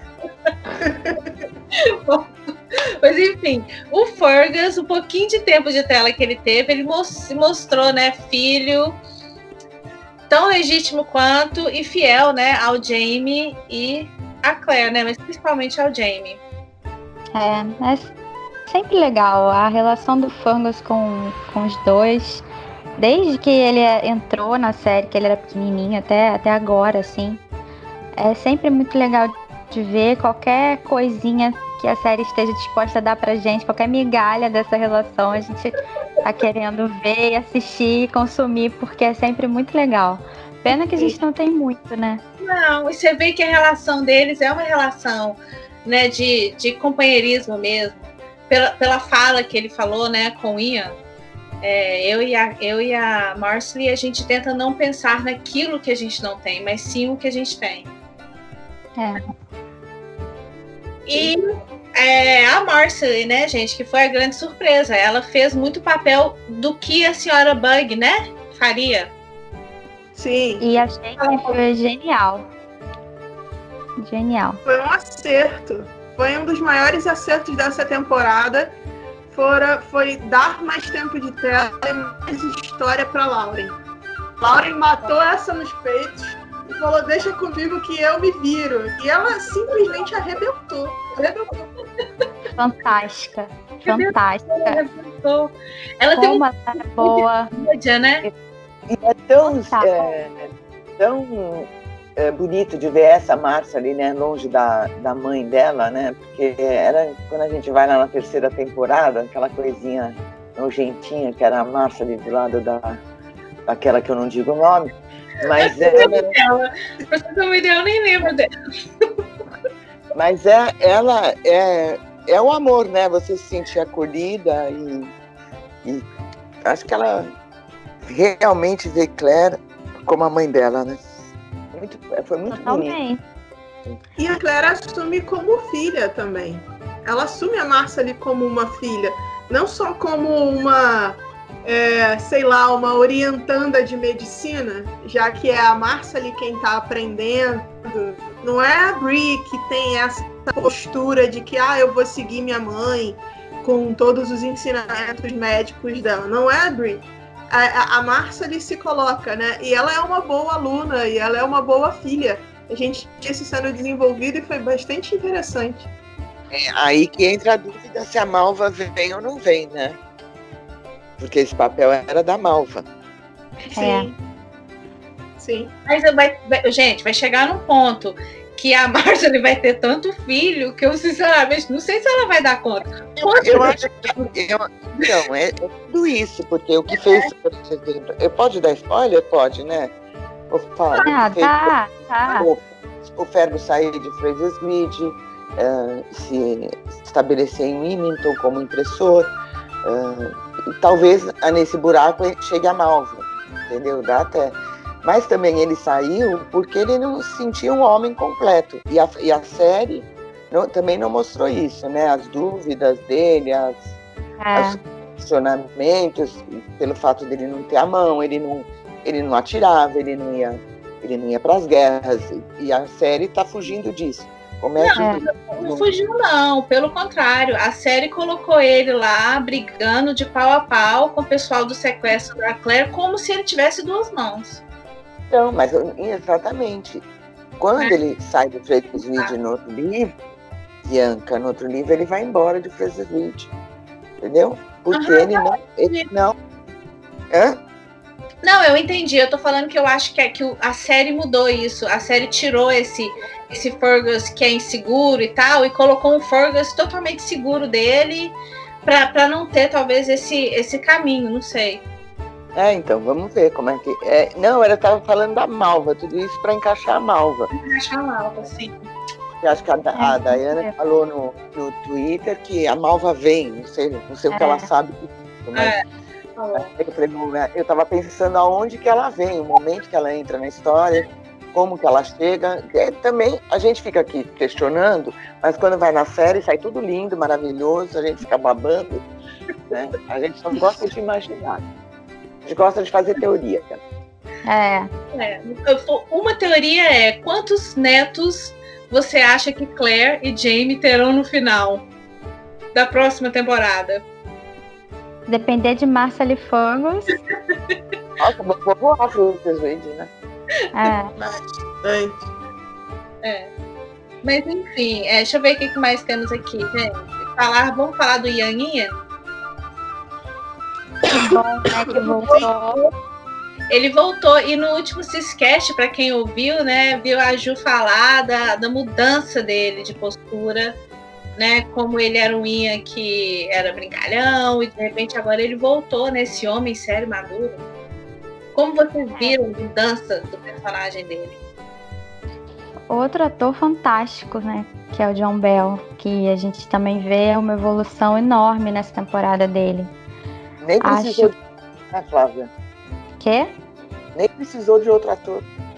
Bom, mas enfim, o Fergus, um pouquinho de tempo de tela que ele teve, ele se mostrou, né, filho tão legítimo quanto e fiel, né, ao Jaime e a Claire, né, mas principalmente ao Jaime. É sempre legal a relação do Fergus com os dois. Desde que ele entrou na série, que ele era pequenininho, até agora, assim. É sempre muito legal de ver qualquer coisinha que a série esteja disposta a dar pra gente, qualquer migalha dessa relação, a gente tá querendo ver, assistir e consumir, porque é sempre muito legal. Pena que a gente não tem muito, né? Não, e você vê que a relação deles é uma relação, né, de companheirismo mesmo. Pela fala que ele falou, né, com o Ian. Eu e a Marcelly, a gente tenta não pensar naquilo que a gente não tem, mas sim o que a gente tem. E a Marcely, né, gente, que foi a grande surpresa. Ela fez muito papel do que a senhora Bug, né, faria. Sim. E achei que foi genial. Genial. Foi um acerto. Foi um dos maiores acertos dessa temporada. Foi dar mais tempo de tela e mais história para Lauren. Lauren matou essa nos peitos e falou, deixa comigo que eu me viro. E ela simplesmente arrebentou. Fantástica. Fantástica. Ela tem uma boa. Né? E é tão bonito de ver essa Marcely, né, longe da mãe dela, né, porque era quando a gente vai lá na terceira temporada, aquela coisinha nojentinha que era a Marcely do lado daquela que eu não digo o nome, mas eu nem lembro dela. Mas ela é o amor, né, você se sentir acolhida e acho que ela realmente vê Claire como a mãe dela, né? Foi muito Totalmente. bonito. E a Claire assume como filha também. Ela assume a Marcely como uma filha, não só como uma, uma orientanda de medicina, já que é a Marcely quem está aprendendo. Não é a Bri que tem essa postura de que eu vou seguir minha mãe com todos os ensinamentos médicos dela. Não é a Bri. A Marcely se coloca, né? E ela é uma boa aluna e ela é uma boa filha. A gente tinha isso sendo desenvolvido e foi bastante interessante. Aí que entra a dúvida se a Malva vem ou não vem, né? Porque esse papel era da Malva. Sim. Sim. Mas gente, vai chegar num ponto que a Marcely vai ter tanto filho que eu, sinceramente, não sei se ela vai dar conta. Eu acho que... Então, é tudo isso, porque o que fez... Pode dar spoiler? Pode, né? Vou falar. Tá. O Fergus sair de Frasersridge, se estabelecer em Wilmington como impressor, e talvez nesse buraco chegue a Malva, entendeu? Dá até... Mas também ele saiu porque ele não se sentia um homem completo. E a série também não mostrou isso, né? As dúvidas dele, os questionamentos, pelo fato dele não ter a mão, ele não atirava, ele não ia para as guerras. E a série está fugindo disso. Não fugiu, não. Pelo contrário, a série colocou ele lá brigando de pau a pau com o pessoal do sequestro da Claire, como se ele tivesse duas mãos. Então, mas exatamente. Quando ele sai do Frasersridge no outro livro, Bianca, no outro livro, ele vai embora de Frasersridge. Entendeu? Porque ele não. Hã? Não, eu entendi. Eu tô falando que eu acho que a série mudou isso. A série tirou esse Fergus que é inseguro e tal, e colocou um Fergus totalmente seguro dele pra não ter, talvez, esse caminho, não sei. Então, vamos ver como é que... Não, eu tava falando da Malva, tudo isso para encaixar a Malva. Encaixar a Malva, sim. Eu acho que a Diana falou no Twitter que a Malva vem, não sei o que ela sabe disso, mas eu tava pensando aonde que ela vem, o momento que ela entra na história, como que ela chega. Também a gente fica aqui questionando, mas quando vai na série sai tudo lindo, maravilhoso, a gente fica babando, né? A gente só gosta de imaginar. A gente gosta de fazer teoria, cara. Uma teoria é: quantos netos você acha que Claire e Jaime terão no final da próxima temporada? Depender de Marcely Fergus. Nossa, vou voar Frutas Verde, né? Mas enfim, deixa eu ver o que mais temos aqui, gente. Vamos falar do Ian. Bom, né, que voltou. Ele voltou, e no último Ciscast, para quem ouviu, né, viu a Ju falar da mudança dele de postura, né, como ele era um Ian que era brincalhão, e de repente agora ele voltou nesse homem sério, maduro. Como vocês viram a mudança do personagem dele? Outro ator fantástico, né, que é o John Bell, que a gente também vê uma evolução enorme nessa temporada dele. Nem precisou de... Flávia? Quê? Nem precisou de outro ator.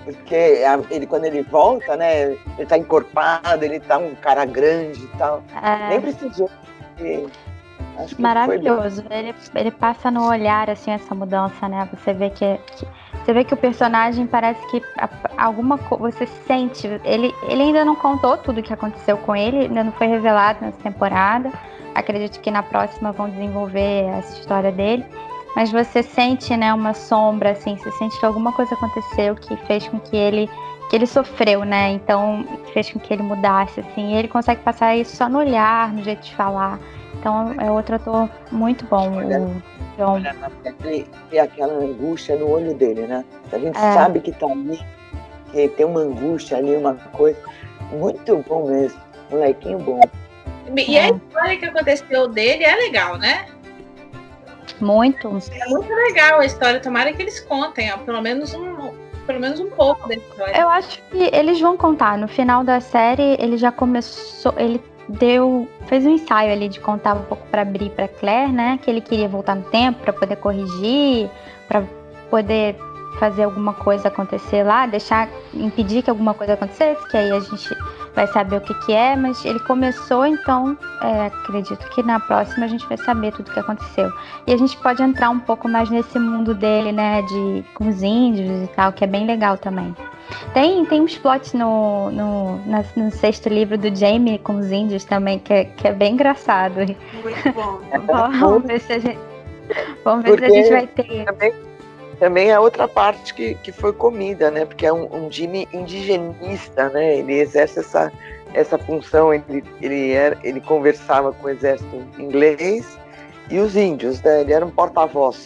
Porque ele, quando ele volta, né? Ele tá encorpado, ele tá um cara grande e tal. Nem precisou. Acho que maravilhoso. Ele passa no olhar, assim, essa mudança, né? Você vê que o personagem parece que alguma coisa. Você sente. Ele ainda não contou tudo o que aconteceu com ele, ainda não foi revelado nessa temporada. Acredito que na próxima vão desenvolver essa história dele. Mas você sente, né, uma sombra, assim, você sente que alguma coisa aconteceu que fez com que ele sofreu, né? Então, fez com que ele mudasse, assim. E ele consegue passar isso só no olhar, no jeito de falar. Então, é outro ator muito bom, o John. E aquela angústia no olho dele, né? A gente sabe que tá ali, que tem uma angústia ali, uma coisa. Muito bom mesmo. Molequinho bom. E a história que aconteceu dele é legal, né? Muito. É muito legal a história. Tomara que eles contem, ó, pelo menos um pouco da história. Eu acho que eles vão contar. No final da série, ele já começou. Ele fez um ensaio ali de contar um pouco pra Bri e pra Claire, né? Que ele queria voltar no tempo pra poder corrigir, pra poder fazer alguma coisa acontecer lá, impedir que alguma coisa acontecesse, que aí a gente vai saber o que é, mas ele começou, então acredito que na próxima a gente vai saber tudo o que aconteceu. E a gente pode entrar um pouco mais nesse mundo dele, né, com os índios e tal, que é bem legal também. Tem uns plots no 6º livro do Jaime com os índios também, que é bem engraçado. Muito bom. Vamos ver se a gente vai ter. Também é outra parte que foi comida, né? Porque é um Jaime indigenista, né? Ele exerce essa função, ele conversava com o exército inglês e os índios, né? Ele era um porta-voz.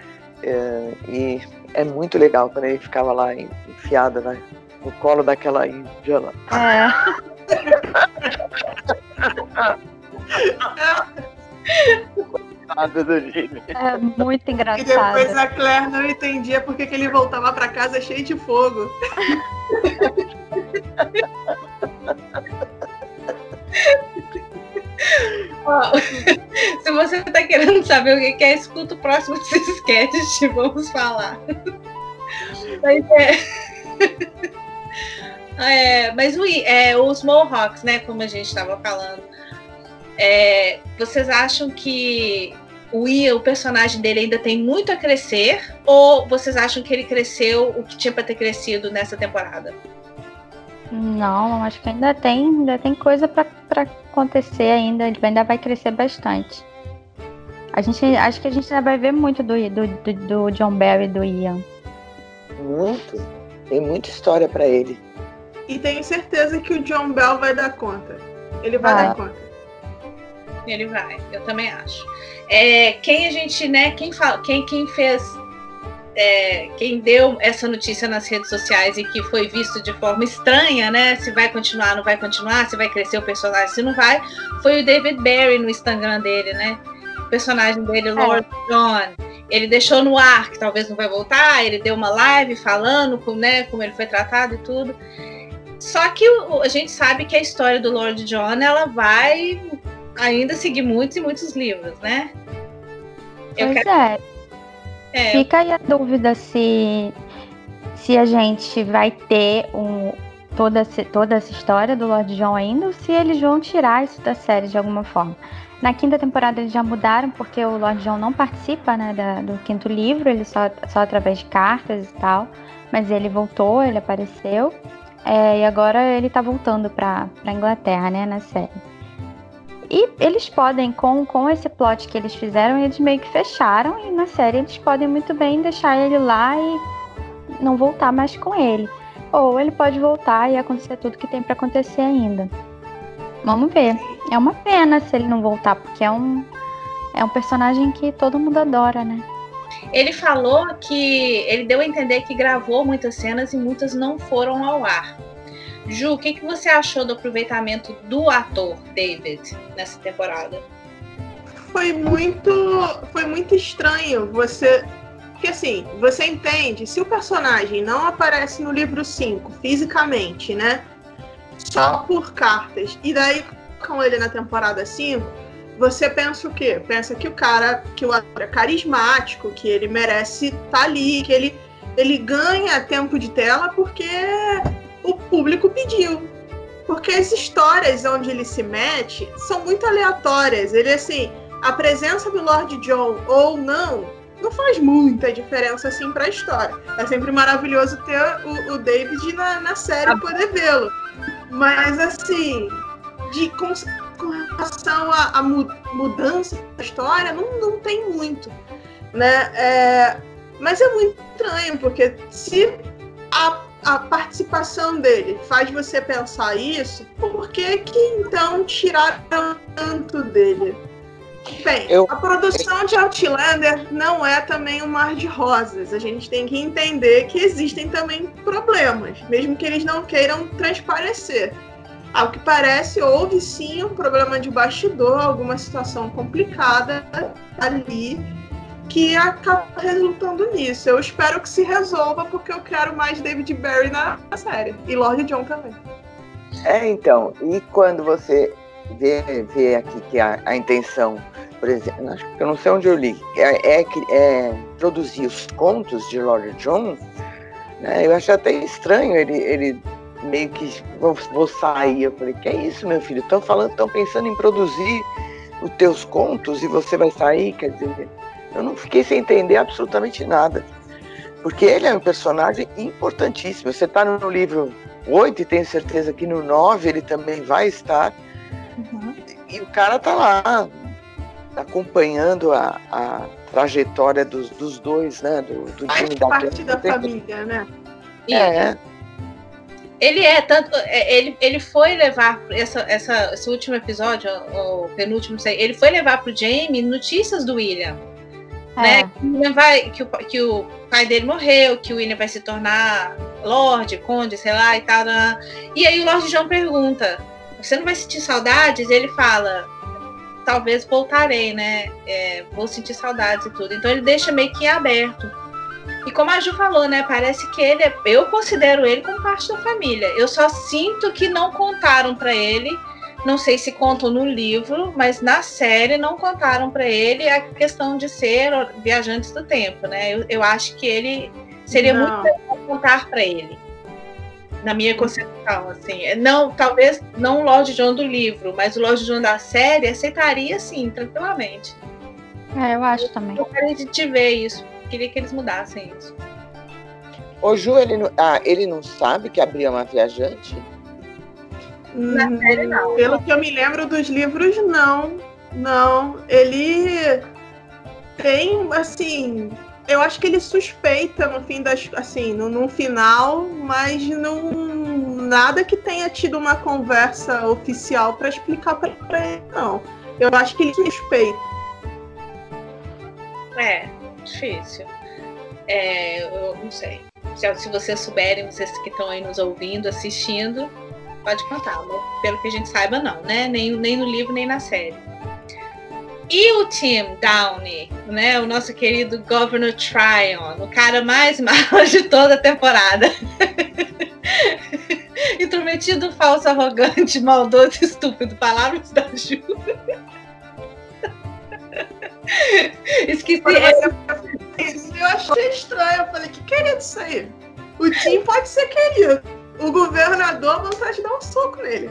E é muito legal quando ele ficava lá enfiado no colo daquela índia lá. É muito engraçado. E depois a Claire não entendia porque que ele voltava pra casa cheio de fogo. Se você tá querendo saber o que é, escuta o próximo sketch, vamos falar. Mas os Mohawks, né, como a gente estava falando, vocês acham que o Ian, o personagem dele, ainda tem muito a crescer, ou vocês acham que ele cresceu o que tinha para ter crescido nessa temporada? Não, acho que ainda tem coisa para acontecer ainda. Ele ainda vai crescer bastante. Acho que a gente ainda vai ver muito do John Barry e do Ian. Muito. Tem muita história para ele. E tenho certeza que o John Bell vai dar conta. Ele vai dar conta. Ele vai, eu também acho. Quem a gente, né? Quem fez. Quem deu essa notícia nas redes sociais e que foi visto de forma estranha, né? Se vai continuar, não vai continuar, se vai crescer o personagem, se não vai, foi o David Barry no Instagram dele, né? O personagem dele, Lord John, ele deixou no ar que talvez não vai voltar, ele deu uma live falando como ele foi tratado e tudo. Só que a gente sabe que a história do Lord John, ela vai ainda seguir muitos e muitos livros, né? Fica aí a dúvida se a gente vai ter toda essa história do Lord John ainda, ou se eles vão tirar isso da série de alguma forma. Na 5ª temporada eles já mudaram, porque o Lord John não participa, né, do 5º livro, ele só através de cartas e tal, mas ele voltou, ele apareceu, e agora ele tá voltando pra Inglaterra, né, na série. E eles podem, com esse plot que eles fizeram, eles meio que fecharam, e na série eles podem muito bem deixar ele lá e não voltar mais com ele. Ou ele pode voltar e acontecer tudo que tem pra acontecer ainda. Vamos ver. É uma pena se ele não voltar, porque é um personagem que todo mundo adora, né? Ele falou que ele deu a entender que gravou muitas cenas e muitas não foram ao ar. Ju, o que você achou do aproveitamento do ator David nessa temporada? Foi muito estranho. Porque assim, você entende, se o personagem não aparece no livro 5 fisicamente, né? Só por cartas, e daí com ele na temporada 5, você pensa o quê? Pensa que o ator é carismático, que ele merece estar ali, que Ele ganha tempo de tela porque o público pediu. Porque as histórias onde ele se mete são muito aleatórias. Ele, assim, a presença do Lord Jon ou não faz muita diferença, assim, pra história. É sempre maravilhoso ter o David na série e poder vê-lo. Mas, assim, com relação à mudança da história, não tem muito, né? Mas é muito estranho, porque se a participação dele faz você pensar isso, por que então tiraram tanto dele? Bem, a produção de Outlander não é também um mar de rosas. A gente tem que entender que existem também problemas, mesmo que eles não queiram transparecer. Ao que parece, houve sim um problema de bastidor, alguma situação complicada ali, que acaba resultando nisso. Eu espero que se resolva, porque eu quero mais David Berry na série. E Lord Jon também. Então, e quando você vê aqui que a intenção, por exemplo, acho que eu não sei onde eu li, é produzir os contos de Lord Jon, né? Eu achei até estranho ele meio que vou sair. Eu falei, que é isso, meu filho? Estão pensando em produzir os teus contos e você vai sair? Quer dizer, eu não fiquei sem entender absolutamente nada. Porque ele é um personagem importantíssimo. Você está no livro 8 e tenho certeza que no 9 ele também vai estar. Uhum. E o cara tá lá acompanhando a trajetória dos dois, né? Do time da parte da família, né? Ele foi levar esse último episódio, o penúltimo, não sei, ele foi levar pro Jaime notícias do William, né? Que o pai dele morreu, que o William vai se tornar Lorde, Conde, sei lá e tal. E aí o Lord Jon pergunta: você não vai sentir saudades? E ele fala: talvez voltarei, né? Vou sentir saudades e tudo. Então ele deixa meio que aberto. E como a Ju falou, né? Parece que eu considero ele como parte da família. Eu só sinto que não contaram para ele. Não sei se contam no livro, mas na série não contaram para ele a questão de ser viajantes do tempo, né? Eu acho que ele seria muito legal contar para ele, na minha concepção, assim. Não, talvez não o Lord Jon do livro, mas o Lord Jon da série aceitaria, sim, tranquilamente. Eu acho também. Eu queria te ver isso. Queria que eles mudassem isso. O Ju, ele não sabe que a Bri é uma viajante? Na série, não. Pelo que eu me lembro dos livros, não. Não. Ele tem, assim... Eu acho que ele suspeita no fim no final, mas nada que tenha tido uma conversa oficial para explicar para ele, não. Eu acho que ele suspeita. Difícil. Eu não sei. Se vocês souberem, vocês que estão aí nos ouvindo, assistindo, pode contar. Mas pelo que a gente saiba, não, né? Nem no livro, nem na série. E o Tim Downey, né? O nosso querido Governor Tryon, o cara mais mal de toda a temporada. Intrometido, falso, arrogante, maldoso, estúpido. Palavras da Ju. Esqueci. Eu achei estranho. Eu falei, que querido isso aí? O Tim pode ser querido. O governador, vontade de dar um soco nele.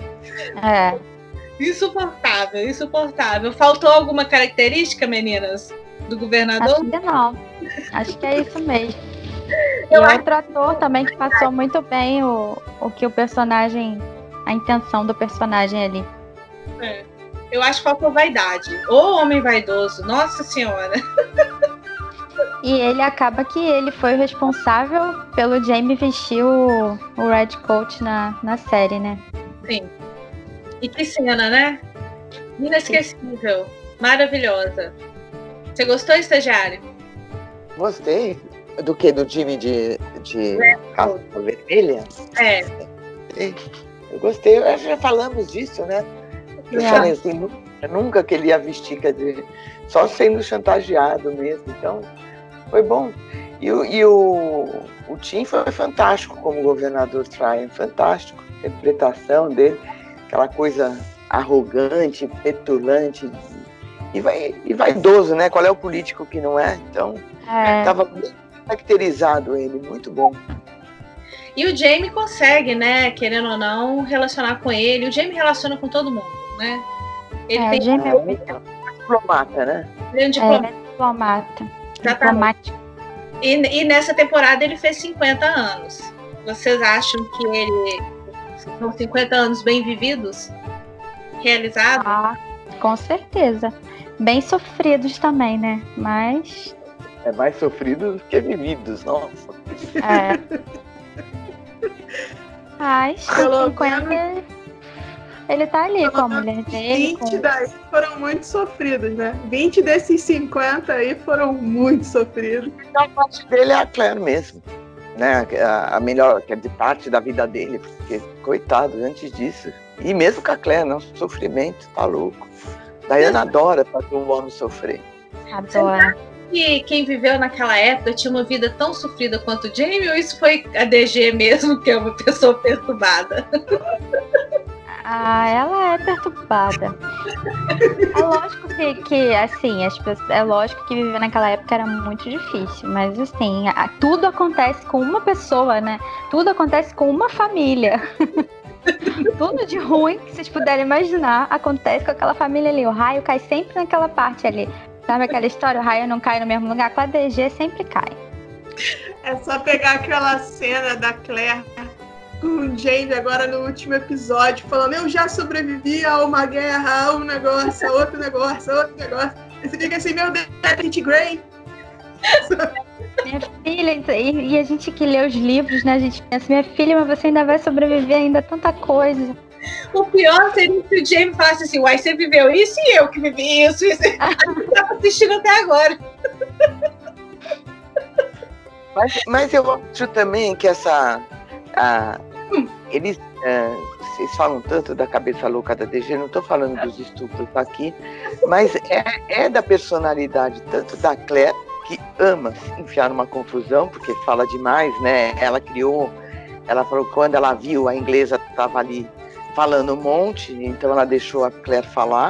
Insuportável. Faltou alguma característica, meninas, do governador? Acho que não. Acho que é isso mesmo. E outro ator também que passou muito bem o que o personagem, a intenção do personagem ali. Eu acho que faltou vaidade. Ô homem vaidoso, nossa senhora. E ele acaba que ele foi o responsável pelo Jaime vestir o Red Coat na série, né? Sim. E que cena, né? Inesquecível. Maravilhosa. Você gostou, estagiário? Gostei. Do que? Do Jaime de calça vermelha? Eu gostei. Já falamos disso, né? Eu falei assim, nunca que ele ia vestir, quer dizer, só sendo chantageado mesmo. Então, foi bom. E o Tim foi fantástico como governador Tryon, fantástico. A interpretação dele, aquela coisa arrogante, petulante e vaidoso, né? Qual é o político que não é? Então, caracterizado ele, muito bom. E o Jaime consegue, né, querendo ou não, relacionar com ele. O Jaime relaciona com todo mundo, né? Ele tem diplomata, né? Ele é um diplomata. Diplomático. E nessa temporada ele fez 50 anos. Vocês acham que ele são 50 anos bem vividos? Realizados? Ah, com certeza. Bem sofridos também, né? Mas... É mais sofrido do que vividos, nossa. Mas 50... Ele tá ali com a mulher dele. 20 daí foram muito sofridos, né? 20 desses 50 aí foram muito sofridos. A parte dele é a Claire mesmo, né? A melhor, quer dizer, parte da vida dele, porque, coitado, antes disso. E mesmo com a Claire, não, sofrimento, tá louco. Diana adora fazer o homem sofrer. Adora. E quem viveu naquela época tinha uma vida tão sofrida quanto o Jaime, ou isso foi a DG mesmo, que é uma pessoa perturbada? Ah, ela é perturbada. É lógico que assim, é lógico que viver naquela época era muito difícil, mas assim, tudo acontece com uma pessoa, né? Tudo acontece com uma família. Tudo de ruim que vocês puderem imaginar acontece com aquela família ali. O raio cai sempre naquela parte ali. Sabe aquela história? O raio não cai no mesmo lugar? Com a DG sempre cai. É só pegar aquela cena da Claire com o Jaime agora no último episódio, falando: eu já sobrevivi a uma guerra, a um negócio, a outro negócio, a outro negócio. E você fica assim: meu Deus, é Kit Grey. Minha filha, e a gente que lê os livros, né? A gente pensa: minha filha, mas você ainda vai sobreviver ainda a tanta coisa. O pior seria se o Jaime falasse assim: uai, você viveu isso e eu que vivi isso. A gente tava assistindo até agora. Mas eu acho também que eles vocês falam tanto da cabeça louca da DG, não estou falando dos estupros aqui, mas é da personalidade tanto da Claire, que ama se enfiar numa confusão, porque fala demais, né? Ela falou que quando ela viu a inglesa estava ali falando um monte, então ela deixou a Claire falar,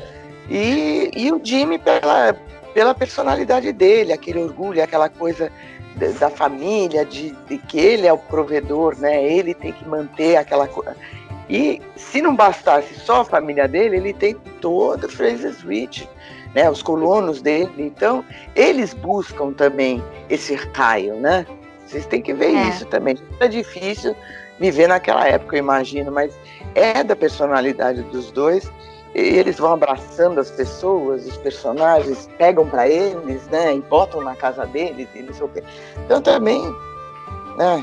e o Jaime pela personalidade dele, aquele orgulho, aquela coisa da família, de que ele é o provedor, né? Ele tem que manter aquela coisa. E se não bastasse só a família dele, ele tem todo o Fraser Switch, né? Os colonos dele. então eles buscam também esse raio, né? Vocês têm que ver isso também. É difícil viver naquela época, eu imagino, mas é da personalidade dos dois. E eles vão abraçando as pessoas, os personagens, pegam para eles, né, e botam na casa deles, e não sei o quê. Então também, né,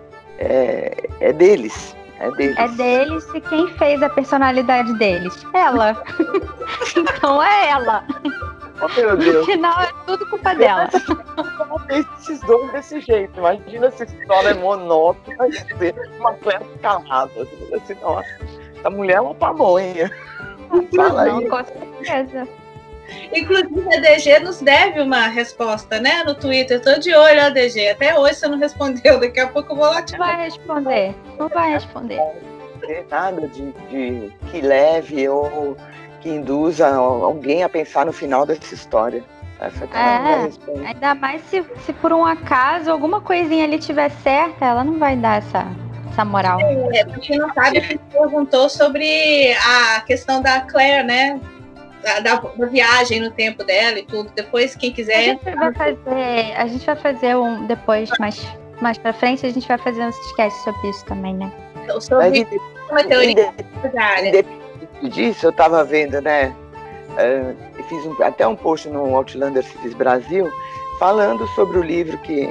é deles. É deles, e quem fez a personalidade deles? Ela. Então é ela. Oh, meu Deus. No final é tudo culpa dela. Ela fez esses dois desse jeito. Imagina se a história é monótona, uma Claire calada. Assim, nossa, essa mulher é uma pamonha. Fala aí. Não, com certeza. Inclusive a DG nos deve uma resposta, né? No Twitter, tô de olho, a DG. Até hoje você não respondeu, daqui a pouco eu vou lá te Não vai responder. Não vai responder. Não tem nada de que leve ou que induza alguém a pensar no final dessa história. Essa cara não vai responder. Ainda mais se por um acaso alguma coisinha ali tiver certa, ela não vai dar essa moral. Pra quem não sabe, a gente perguntou sobre a questão da Claire, né? Da viagem no tempo dela e tudo. Depois, quem quiser. A gente vai fazer depois, mais pra frente, a gente vai fazer um sketch sobre isso também, né? Sobre uma teoria disso, eu tava vendo, né? Fiz até um post no Outlander Cities Brasil falando sobre o livro que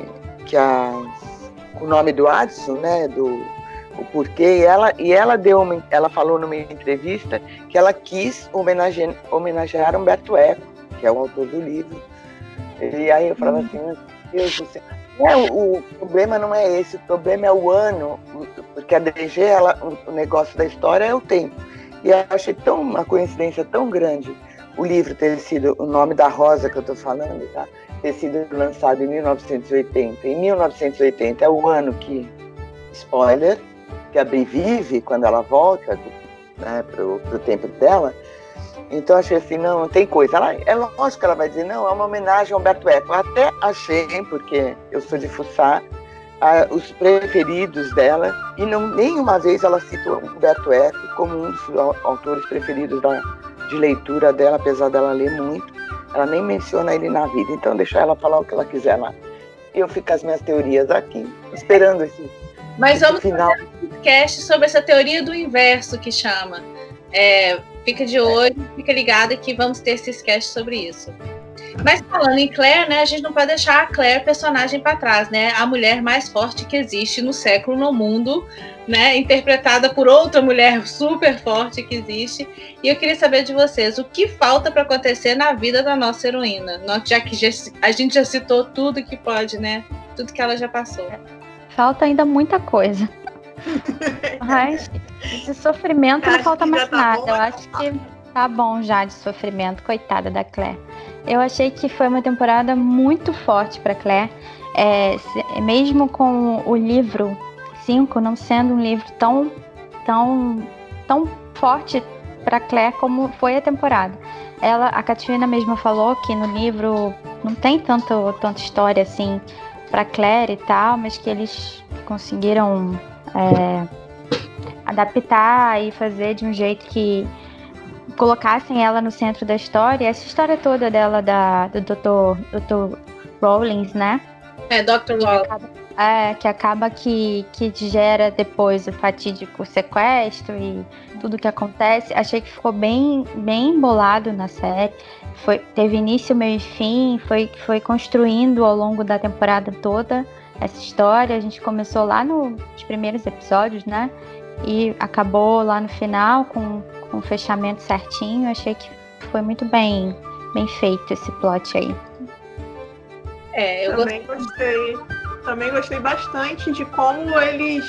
o nome do Adson, né? O porquê, e ela falou numa entrevista que ela quis homenagear Umberto Eco, que é o autor do livro. E aí eu falava assim: meu Deus do céu, o problema não é esse, o problema é o ano, porque a DG, o negócio da história é o tempo. E eu achei uma coincidência tão grande o livro ter sido, o nome da Rosa que eu estou falando, tá? Ter sido lançado em 1980. Em 1980 é o ano que, spoiler, que a Bri vive quando ela volta, né, pro tempo dela, Então achei assim, não tem coisa. É lógico que ela vai dizer, não, é uma homenagem ao Humberto Eco. Eu até achei, porque eu sou de fuçar, os preferidos dela, e nenhuma vez ela citou Humberto Eco como um dos autores preferidos de leitura dela, apesar dela ler muito. Ela nem menciona ele na vida, então deixa ela falar o que ela quiser lá. E eu fico com as minhas teorias aqui, esperando esse Mas vamos final. fazer um podcast sobre essa teoria do inverso que chama. Fica de olho, fica ligado que vamos ter esse sketch sobre isso. Mas falando em Claire, né, a gente não pode deixar a Claire personagem para trás, né? A mulher mais forte que existe no século no mundo, né? Interpretada por outra mulher super forte que existe. E eu queria saber de vocês, o que falta para acontecer na vida da nossa heroína? Já que a gente já citou tudo que pode, né? Tudo que ela já passou. Falta ainda muita coisa. Mas de sofrimento não falta mais nada. Eu acho que tá bom já de sofrimento. Coitada da Claire. Eu achei que foi uma temporada muito forte para Claire. Mesmo com o livro 5 não sendo um livro tão forte para Claire como foi a temporada. A Catriona mesma falou que no livro não tem tanta história assim para Claire e tal, mas que eles conseguiram adaptar e fazer de um jeito que colocassem ela no centro da história. Essa história toda dela do Dr. Rawlings, né? Dr. Rawlings. Que acaba que gera depois o fatídico sequestro e tudo que acontece. Achei que ficou bem embolado na série. Teve início, meio e fim, foi construindo ao longo da temporada toda essa história. A gente começou lá nos primeiros episódios, né? E acabou lá no final com um fechamento certinho. Achei que foi muito bem feito esse plot aí. Eu também gostei bastante de como eles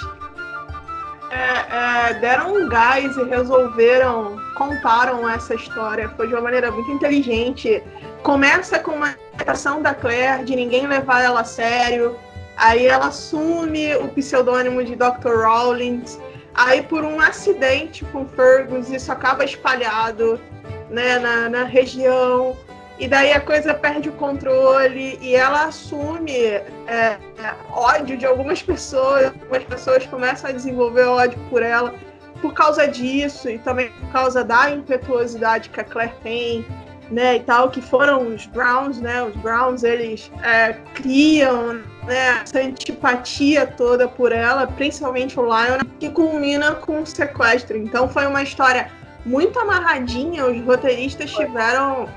deram um gás e contaram essa história. Foi de uma maneira muito inteligente. Começa com uma ação da Claire, de ninguém levar ela a sério. Aí ela assume o pseudônimo de Dr. Rawlings. Aí, por um acidente com Fergus, isso acaba espalhado, né, na região. E daí a coisa perde o controle e ela assume ódio de algumas pessoas. Algumas pessoas começam a desenvolver ódio por ela por causa disso e também por causa da impetuosidade que a Claire tem, né, e tal, que foram os Browns, né? Os Browns, eles criam, né, essa antipatia toda por ela, principalmente o Lion, que culmina com o sequestro. Então foi uma história muito amarradinha. Os roteiristas tiveram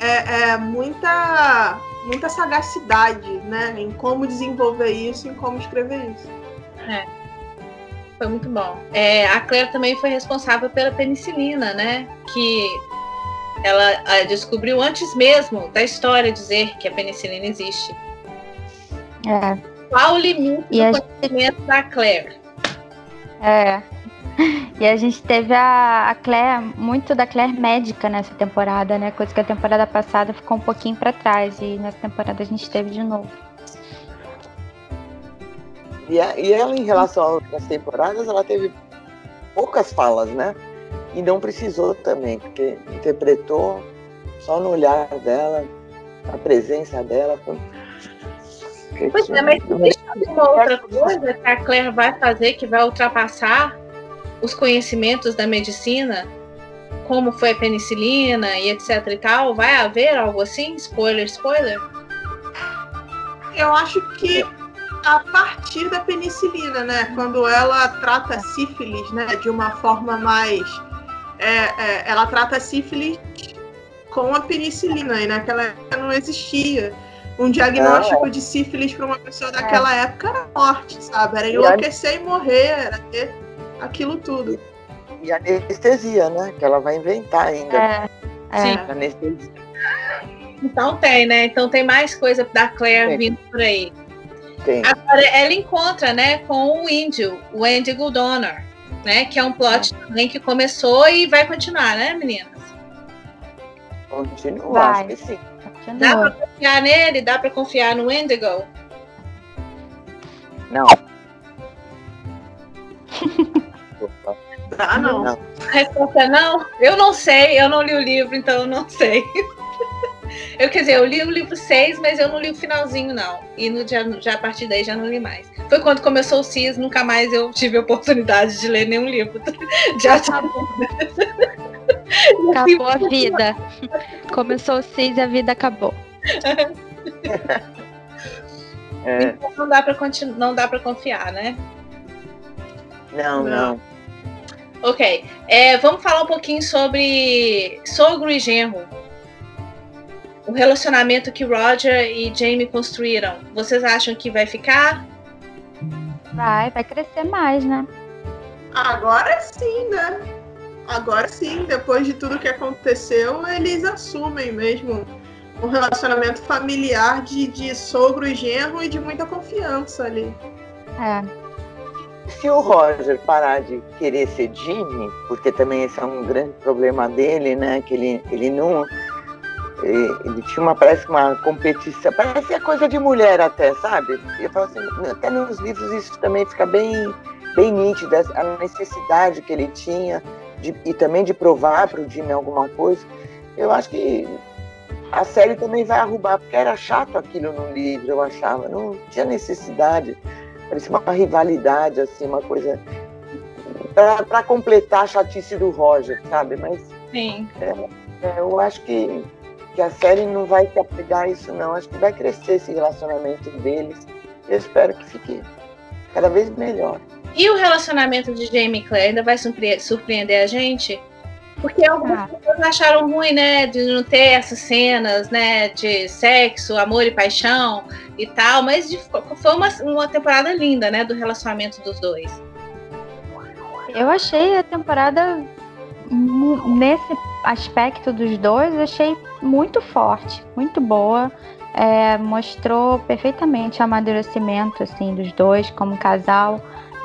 muita sagacidade, né, em como desenvolver isso, em como escrever isso. Foi muito bom. A Claire também foi responsável pela penicilina, né, que ela descobriu antes mesmo da história dizer que a penicilina existe. Qual o limite do conhecimento da Claire? E a gente teve a Claire, muito da Claire médica nessa temporada, né? Coisa que a temporada passada ficou um pouquinho para trás. E nessa temporada a gente teve de novo. E ela, em relação às outras temporadas, ela teve poucas falas, né? E não precisou também, porque interpretou só no olhar dela, a presença dela. Pois é, mas tem uma outra coisa que a Claire vai fazer que vai ultrapassar os conhecimentos da medicina, como foi a penicilina e etc e tal? Vai haver algo assim? Spoiler? Eu acho que a partir da penicilina, né? Quando ela trata sífilis, né, de uma forma mais... ela trata sífilis com a penicilina, e naquela época não existia. Um diagnóstico de sífilis para uma pessoa daquela época era morte, sabe? Era enlouquecer e morrer, era ter aquilo tudo. E a anestesia, né? Que ela vai inventar ainda. Sim. Anestesia. Então tem, né? Então tem mais coisa da Claire vindo por aí. Tem. Agora ela encontra, né, com o índio, o Índigo Donor, né? Que é um plot também que começou e vai continuar, né, meninas? Continua, acho que sim. Dá pra confiar nele? Dá pra confiar no Índigo? Não. Não. resposta é não? Eu não sei, eu não li o livro, então eu não sei. Quer dizer, eu li o livro 6, mas eu não li o finalzinho, não. E já a partir daí já não li mais. Foi quando começou o CIS, nunca mais eu tive a oportunidade de ler nenhum livro. Já acabou. Acabou a vida. Começou o CIS e a vida acabou. Então não dá pra confiar, né? Não. Ok. Vamos falar um pouquinho sobre sogro e genro. O relacionamento que Roger e Jamie construíram. Vocês acham que vai ficar? Vai crescer mais, né? Agora sim, né? Agora sim, depois de tudo que aconteceu, eles assumem mesmo um relacionamento familiar de sogro e genro e de muita confiança ali. Se o Roger parar de querer ser Jimmy, porque também esse é um grande problema dele, né? Que ele não... Ele tinha parece uma competição, parece coisa de mulher até, sabe? Eu falo assim, até nos livros isso também fica bem nítido, a necessidade que ele tinha e também de provar para o Jimmy alguma coisa. Eu acho que a série também vai arrubar, porque era chato aquilo no livro, eu achava, não tinha necessidade, parecia uma rivalidade, assim, uma coisa para completar a chatice do Roger, sabe? Mas sim. Eu acho que a série não vai se apegar a isso, não. Acho que vai crescer esse relacionamento deles. Eu espero que fique cada vez melhor. E o relacionamento de Jamie e Claire ainda vai surpreender a gente? Porque algumas pessoas acharam ruim, né? De não ter essas cenas, né? De sexo, amor e paixão e tal. Mas foi uma temporada linda, né? Do relacionamento dos dois. Eu achei a temporada... Nesse aspecto dos dois, eu achei muito forte, muito boa. Mostrou perfeitamente o amadurecimento assim, dos dois como casal.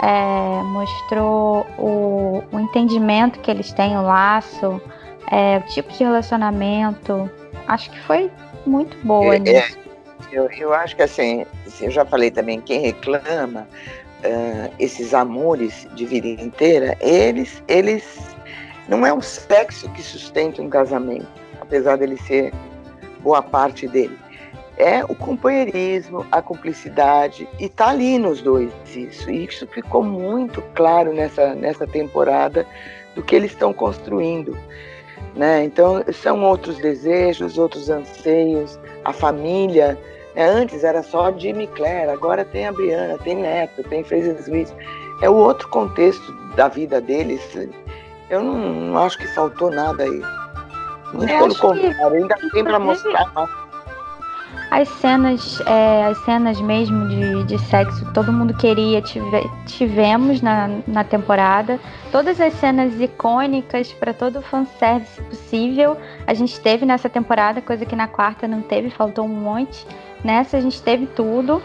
Mostrou o entendimento que eles têm, o laço, o tipo de relacionamento. Acho que foi muito boa nisso. Eu acho que assim, eu já falei também, quem reclama esses amores de vida inteira, eles não é um sexo que sustenta um casamento, apesar dele ser boa parte dele. É o companheirismo, a cumplicidade, e tá ali nos dois isso. E isso ficou muito claro nessa temporada do que eles estão construindo, né? Então, são outros desejos, outros anseios, a família, né? Antes era só Jimmy e Claire, agora tem a Brianna, tem Neto, tem Fraser Smith. É o outro contexto da vida deles. Eu não acho que faltou nada aí. Muito pelo contrário, ainda tem para mostrar. As cenas mesmo de sexo, todo mundo queria, tivemos na temporada. Todas as cenas icônicas para todo o fanservice possível, a gente teve nessa temporada, coisa que na quarta não teve, faltou um monte. Nessa a gente teve tudo.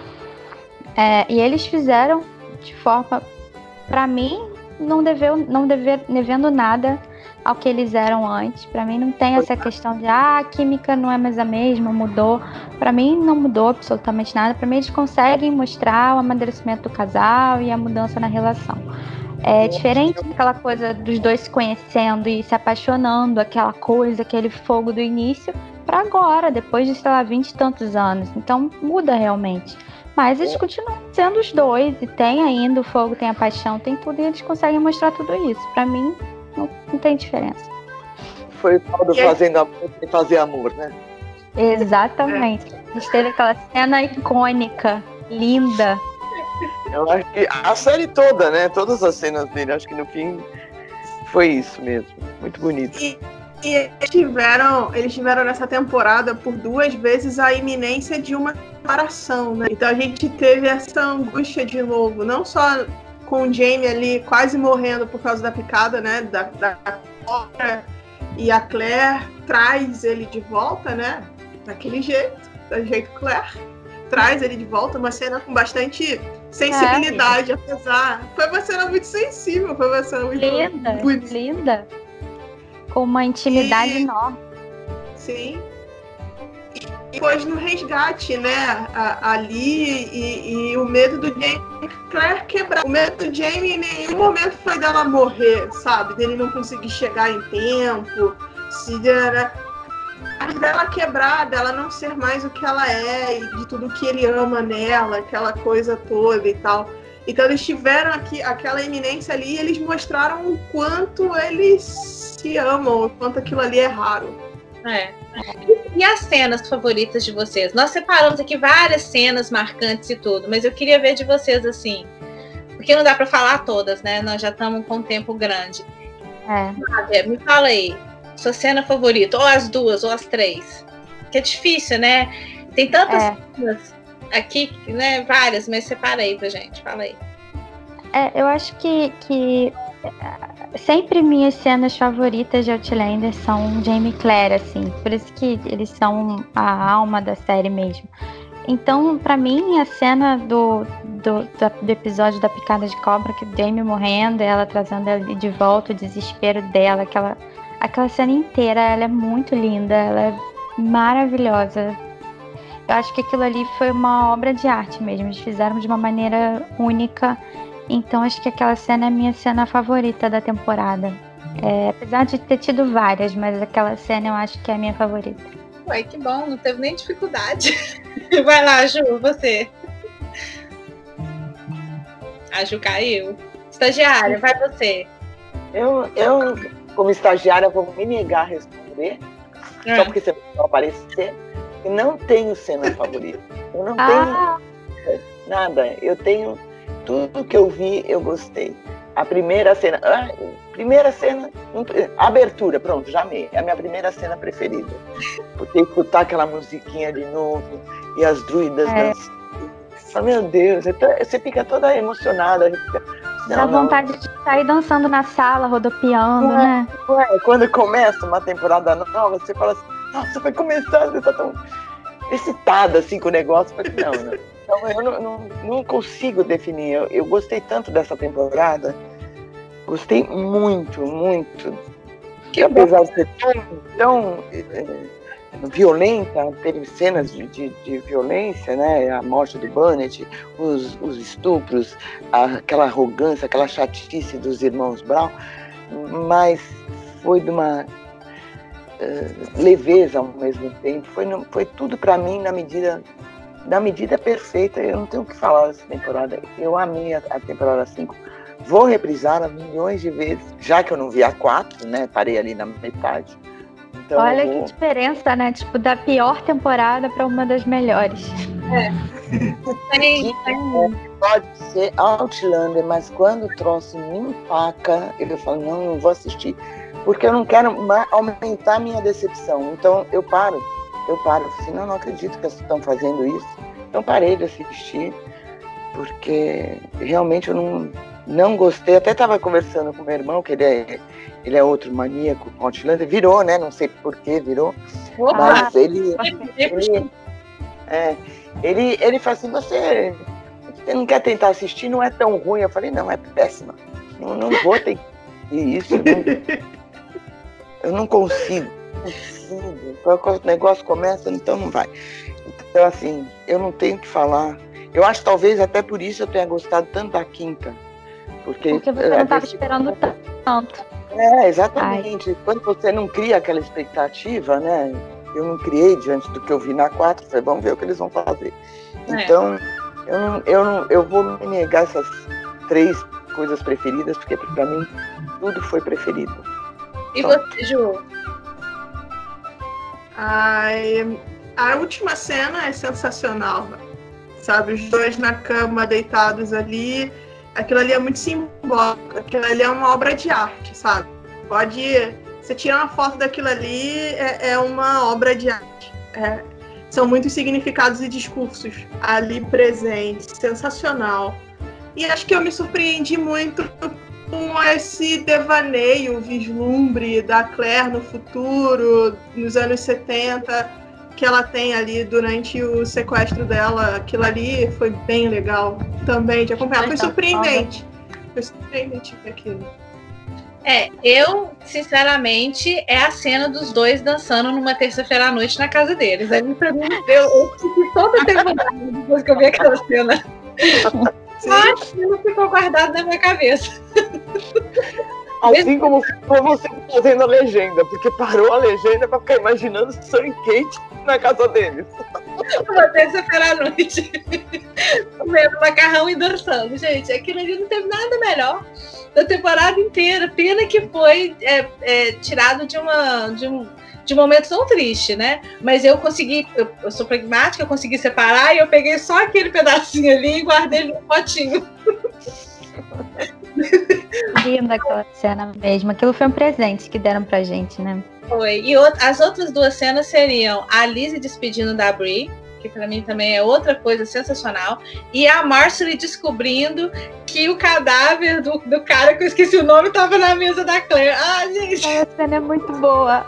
E eles fizeram de forma, para mim, não devendo nada ao que eles eram antes. Para mim não tem essa questão de a química não é mais a mesma, mudou. Para mim não mudou absolutamente nada. Para mim eles conseguem mostrar o amadurecimento do casal e a mudança na relação. É diferente daquela coisa dos dois se conhecendo e se apaixonando, aquela coisa, aquele fogo do início, para agora, depois de, 20 e tantos anos. Então muda realmente. Mas eles continuam sendo os dois, e tem ainda o fogo, tem a paixão, tem tudo, e eles conseguem mostrar tudo isso. Pra mim, não tem diferença. Foi o tal do fazendo amor sem fazer amor, né? Exatamente. A gente teve aquela cena icônica, linda. Eu acho que a série toda, né? Todas as cenas dele, acho que no fim foi isso mesmo. Muito bonito. E eles tiveram nessa temporada por 2 vezes a iminência de uma separação, né? Então a gente teve essa angústia de novo, não só com o Jamie ali quase morrendo por causa da picada, né? Da cobra, e a Claire traz ele de volta, né? Daquele jeito, do jeito Claire. Traz ele de volta, uma cena com bastante sensibilidade, apesar. Foi uma cena muito sensível, foi uma cena muito linda. Com uma intimidade enorme. Sim. E depois no resgate, né? Ali e o medo do Jamie Claire quebrar. O medo do Jamie em nenhum momento foi dela morrer, sabe? Dele não conseguir chegar em tempo, dela quebrar, dela não ser mais o que ela é e de tudo que ele ama nela, aquela coisa toda e tal. Então eles tiveram aqui aquela iminência ali e eles mostraram o quanto eles se amam, o quanto aquilo ali é raro. E as cenas favoritas de vocês? Nós separamos aqui várias cenas marcantes e tudo, mas eu queria ver de vocês assim, porque não dá para falar todas, né? Nós já estamos com um tempo grande. Me fala aí, sua cena favorita, ou as duas, ou as três. Que é difícil, né? Tem tantas cenas aqui, né? Várias, mas separa aí pra gente, fala aí. Eu acho que sempre minhas cenas favoritas de Outlander são Jamie e Claire, assim. Por isso que eles são a alma da série mesmo. Então, pra mim, a cena do episódio da picada de cobra, que o Jamie morrendo, ela trazendo ele de volta, o desespero dela, aquela cena inteira, ela é muito linda, ela é maravilhosa. Eu acho que aquilo ali foi uma obra de arte mesmo. Eles fizeram de uma maneira única. Então acho que aquela cena é a minha cena favorita da temporada. Apesar de ter tido várias, mas aquela cena eu acho que é a minha favorita. Ué, que bom, não teve nem dificuldade. Vai lá, Ju, você. A Ju caiu. Estagiária, vai você. Eu como estagiária, vou me negar a responder. Só porque você não aparecer. Eu não tenho cena favorita. Eu não tenho nada. Eu tenho tudo que eu vi, eu gostei. A primeira cena, abertura, pronto, já amei. É a minha primeira cena preferida. Porque escutar aquela musiquinha de novo e as druidas dançando. Meu Deus, você fica toda emocionada. Dá vontade de sair dançando na sala, rodopiando, né? Quando começa uma temporada nova, você fala assim, nossa, vai começar, você tá tão excitada assim com o negócio. Não. Então eu não consigo definir. Eu gostei tanto dessa temporada. Gostei muito, muito. Que apesar de ser tão violenta, teve cenas de violência, né? A morte do Burnett, os estupros, aquela arrogância, aquela chatice dos irmãos Brown, mas foi de uma leveza ao mesmo tempo. Foi tudo para mim na medida perfeita. Eu não tenho o que falar dessa temporada. Eu amei a temporada 5. Vou reprisar milhões de vezes, já que eu não vi a 4, né? Parei ali na metade. Então, olha que diferença, né? Tipo, da pior temporada para uma das melhores. Pode ser Outlander, mas quando o troço me empaca, eu falo, não vou assistir, porque eu não quero aumentar a minha decepção. Então eu paro. Assim, não acredito que eles estão fazendo isso. Então parei de assistir, porque realmente eu não gostei. Até estava conversando com meu irmão, que ele é outro maníaco com Outlander. Virou, né? Não sei por que virou. Mas ele fala assim, você não quer tentar assistir? Não é tão ruim. Eu falei, não, é péssima. Não vou ter isso. Eu não consigo. O negócio começa, então não vai. Então, assim, eu não tenho o que falar. Eu acho que talvez até por isso eu tenha gostado tanto da quinta. Porque você não estava esperando tanto. Exatamente. Ai. Quando você não cria aquela expectativa, né? Eu não criei diante do que eu vi na 4, falei, vamos ver o que eles vão fazer. Então, eu vou me negar essas 3 coisas preferidas, porque pra mim tudo foi preferido. E você, Ju? A última cena é sensacional, sabe? Os dois na cama, deitados ali. Aquilo ali é muito simbólico. Aquilo ali é uma obra de arte, sabe? Você tirar uma foto daquilo ali, é uma obra de arte. São muitos significados e discursos ali presentes. Sensacional. E acho que eu me surpreendi muito com esse devaneio, vislumbre da Claire no futuro, nos anos 70, que ela tem ali durante o sequestro dela. Aquilo ali foi bem legal também de acompanhar. Foi surpreendente. Foi surpreendente aquilo. Eu, sinceramente, é a cena dos dois dançando numa terça-feira à noite na casa deles. Ali, pra mim, eu fiquei toda a temporada depois que eu vi aquela cena. Mas não ficou guardado na minha cabeça. Assim como ficou você fazendo a legenda, porque parou a legenda pra ficar imaginando Sam e Kate na casa deles. Uma terça-feira à noite. Comendo macarrão e dançando. Gente, aquilo ali não teve nada melhor da temporada inteira. Pena que foi tirado de um momento tão triste, né? Mas eu consegui, eu sou pragmática, eu consegui separar e eu peguei só aquele pedacinho ali e guardei no potinho. Linda aquela cena mesmo. Aquilo foi um presente que deram pra gente, né? Foi. E as outras duas cenas seriam a Lizzie despedindo da Brie, que pra mim também é outra coisa sensacional, e a Marjorie descobrindo que o cadáver do cara, que eu esqueci o nome, tava na mesa da Claire. Ah, gente! Essa cena é muito boa.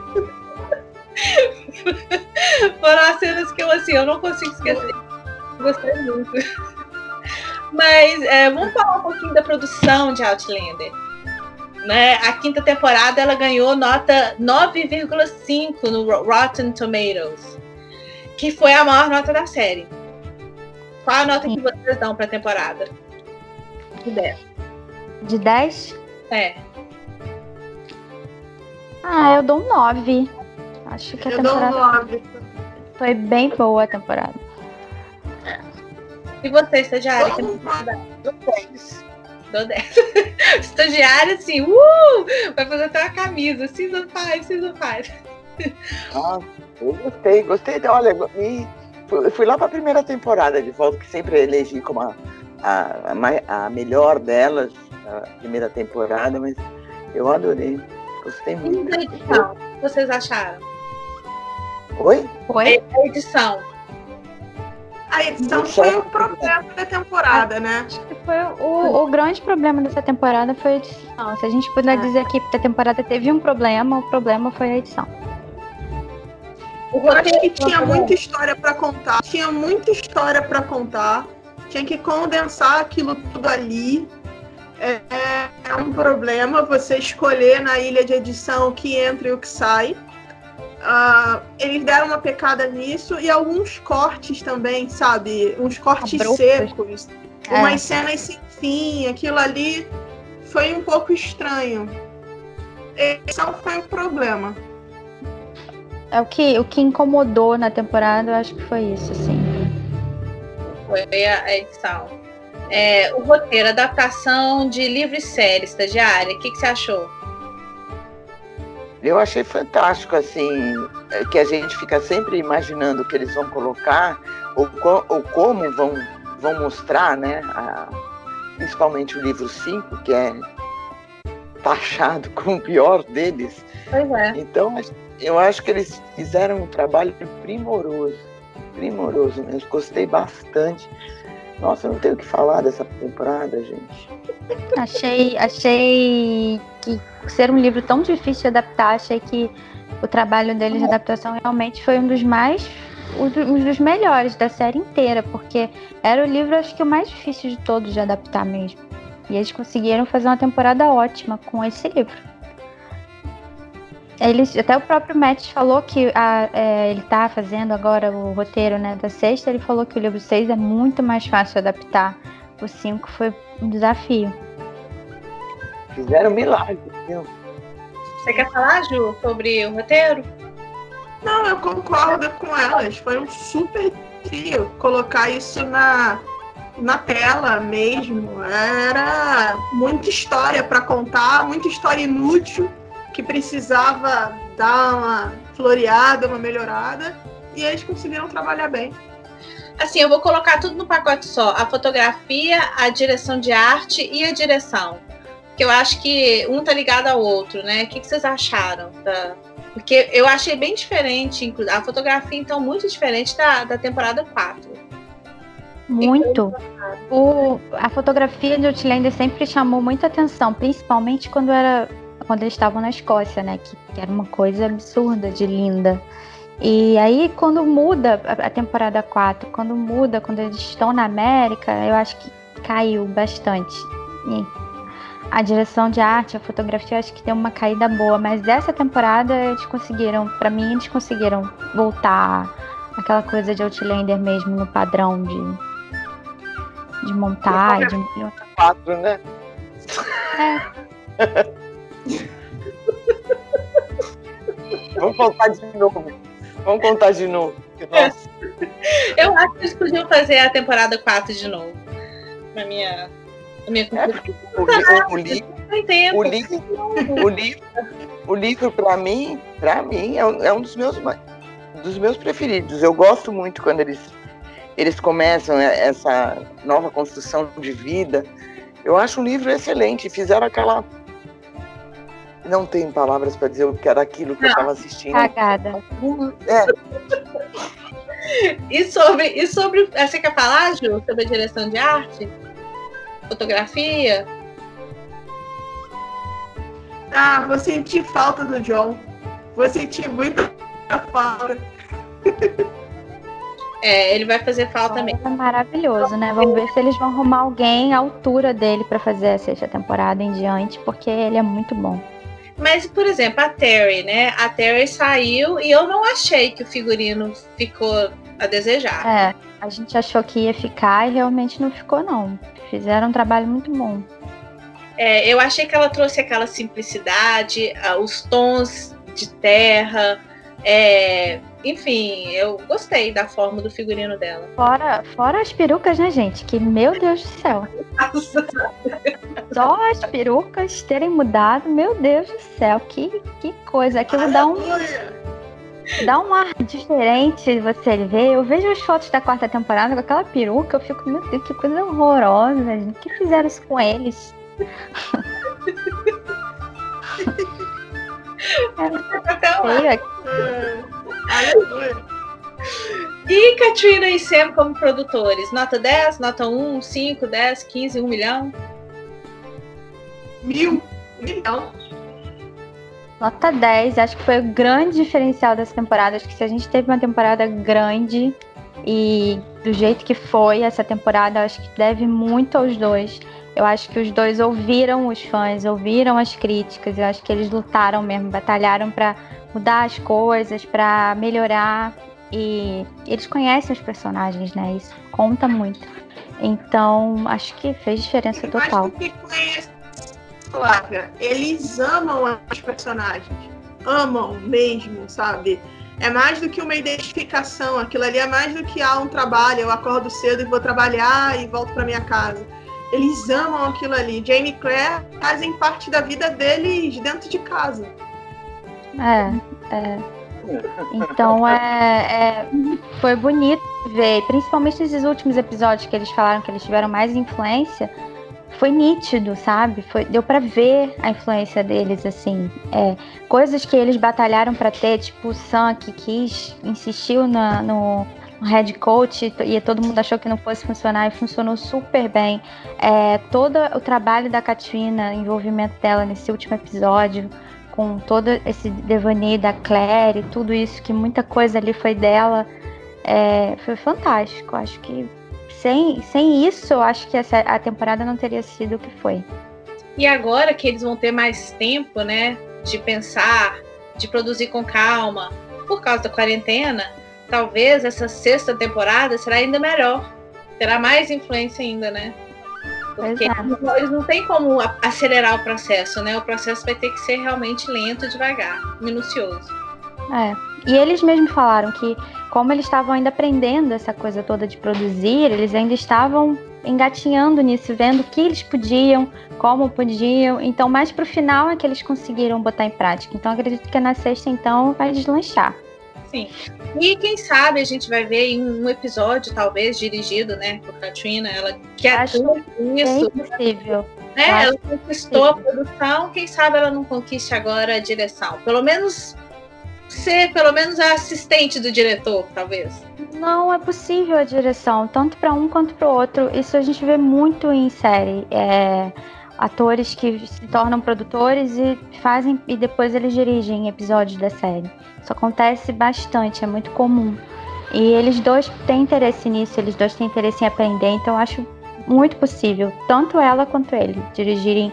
Foram as cenas que eu não consigo esquecer. Gostei muito. Mas vamos falar um pouquinho da produção de Outlander. Né? A quinta temporada ela ganhou nota 9,5 no Rotten Tomatoes, que foi a maior nota da série. Qual a nota que vocês dão para a temporada? De 10. De 10? Eu dou um 9. Acho que a temporada dou um 9. Foi bem boa a temporada. E você, estagiária? Dou 10. Estagiária, assim, vai fazer até uma camisa. Season 5. Eu gostei. Olha, fui lá para a primeira temporada de volta, que sempre elegi como a melhor delas, a primeira temporada, mas eu adorei. Gostei muito. E a edição? O que vocês acharam? Oi? A edição. A edição foi o problema da temporada, né? Acho que foi o grande problema dessa temporada foi a edição. Se a gente puder dizer que a temporada teve um problema, o problema foi a edição. Eu acho que tinha muita história para contar. Tinha que condensar aquilo tudo ali. É um problema você escolher na ilha de edição o que entra e o que sai. Eles deram uma pecada nisso e alguns cortes também, sabe? Uns cortes secos, umas cenas sem fim, aquilo ali foi um pouco estranho. Esse foi um problema. O que incomodou na temporada, eu acho que foi isso, assim. Foi a edição. O roteiro, adaptação de livro e série, estagiária, o que você achou? Eu achei fantástico, assim, que a gente fica sempre imaginando o que eles vão colocar ou como vão mostrar, né? Principalmente o livro 5, que é taxado como o pior deles. Pois é. Então, eu acho que eles fizeram um trabalho primoroso mesmo. Gostei bastante. Nossa, eu não tenho o que falar dessa temporada, gente. Achei que ser um livro tão difícil de adaptar, achei que o trabalho deles de adaptação realmente foi um dos melhores da série inteira, porque era o livro, acho que o mais difícil de todos de adaptar mesmo. E eles conseguiram fazer uma temporada ótima com esse livro. Até o próprio Matt falou que ele tá fazendo agora o roteiro, né, da sexta. Ele falou que o livro 6 é muito mais fácil de adaptar. O 5 foi um desafio. Fizeram milagre, viu? Você quer falar, Ju, sobre o roteiro? Não, eu concordo com elas. Foi um super desafio colocar isso na tela mesmo. Era muita história para contar, muita história inútil, que precisava dar uma floreada, uma melhorada, e eles conseguiram trabalhar bem. Assim, eu vou colocar tudo no pacote só. A fotografia, a direção de arte e a direção. Porque eu acho que um tá ligado ao outro, né? O que vocês acharam? Porque eu achei bem diferente, a fotografia, então, muito diferente da temporada 4. Muito. A fotografia de Outlander sempre chamou muita atenção, principalmente quando eles estavam na Escócia, né? Que era uma coisa absurda de linda. E aí, quando muda a temporada 4, quando eles estão na América, eu acho que caiu bastante. E a direção de arte, a fotografia, acho que deu uma caída boa, mas dessa temporada pra mim, eles conseguiram voltar aquela coisa de Outlander mesmo, no padrão de montagem. 4, né? Vamos contar de novo. Nossa. Eu acho que eles podiam fazer a temporada 4 de novo. Na minha o livro para mim é um dos meus preferidos. Eu gosto muito quando eles começam essa nova construção de vida. Eu acho um livro excelente. Fizeram aquela... Não tenho palavras para dizer o que era aquilo que eu estava assistindo. Cagada. E sobre... Você quer falar, Ju? Sobre a direção de arte? Fotografia? Vou sentir falta do John. Vou sentir muita falta. Ele vai fazer falta mesmo. É maravilhoso, né? Vamos ver se eles vão arrumar alguém à altura dele pra fazer a 6ª temporada em diante, porque ele é muito bom. Mas, por exemplo, a Terry, né? A Terry saiu e eu não achei que o figurino ficou a desejar. A gente achou que ia ficar e realmente não ficou, não. Fizeram um trabalho muito bom. Eu achei que ela trouxe aquela simplicidade, os tons de terra. Enfim, eu gostei da forma do figurino dela. Fora as perucas, né, gente? Que, meu Deus do céu. Só as perucas terem mudado, meu Deus do céu. Que coisa. Aquilo dá um ar diferente você ver. Eu vejo as fotos da 4ª temporada com aquela peruca, eu fico, meu Deus, que coisa horrorosa, gente. O que fizeram isso com eles? E Katrina e Sam como produtores? Nota 10, nota 1, 5, 10, 15, 1 milhão? 1 milhão. Nota 10, acho que foi o grande diferencial dessa temporada. Acho que se a gente teve uma temporada grande e do jeito que foi essa temporada, acho que deve muito aos dois. Eu acho que os dois ouviram os fãs, ouviram as críticas. Eu acho que eles lutaram mesmo, batalharam para mudar as coisas, para melhorar. E eles conhecem os personagens, né? Isso conta muito. Então, acho que fez diferença total. Mais do que conhece, Flávia, eles amam os personagens. Amam mesmo, sabe? É mais do que uma identificação. Aquilo ali é mais do que um trabalho. Eu acordo cedo e vou trabalhar e volto para minha casa. Eles amam aquilo ali. Jamie e Claire fazem parte da vida deles dentro de casa. Então foi bonito ver, principalmente nesses últimos episódios que eles falaram que eles tiveram mais influência. Foi nítido, sabe? Deu pra ver a influência deles, assim. Coisas que eles batalharam pra ter, tipo o Sam que insistiu no head coach e todo mundo achou que não fosse funcionar e funcionou super bem. Todo o trabalho da Katrina, o envolvimento dela nesse último episódio, com todo esse devaneio da Claire e tudo isso, que muita coisa ali foi dela, foi fantástico. Acho que sem isso, eu acho que a temporada não teria sido o que foi. E agora que eles vão ter mais tempo, né, de pensar, de produzir com calma, por causa da quarentena, talvez essa 6ª temporada será ainda melhor. Terá mais influência ainda, né? Porque eles não têm como acelerar o processo, né? O processo vai ter que ser realmente lento, devagar, minucioso. E eles mesmos falaram que, como eles estavam ainda aprendendo essa coisa toda de produzir, eles ainda estavam engatinhando nisso, vendo o que eles podiam, como podiam. Então, mais pro final é que eles conseguiram botar em prática. Então, acredito que na 6ª, então, vai deslanchar. Sim. E quem sabe a gente vai ver em um episódio, talvez, dirigido, né, por Katrina, ela quer tudo isso. É impossível. Né? Ela conquistou a produção, quem sabe ela não conquiste agora a direção. Pelo menos ser a assistente do diretor, talvez. Não é possível a direção, tanto para um quanto para o outro. Isso a gente vê muito em série. Atores que se tornam produtores e fazem, e depois eles dirigem episódios da série. Isso acontece bastante, é muito comum. E eles dois têm interesse nisso, eles dois têm interesse em aprender, então eu acho muito possível, tanto ela quanto ele, dirigirem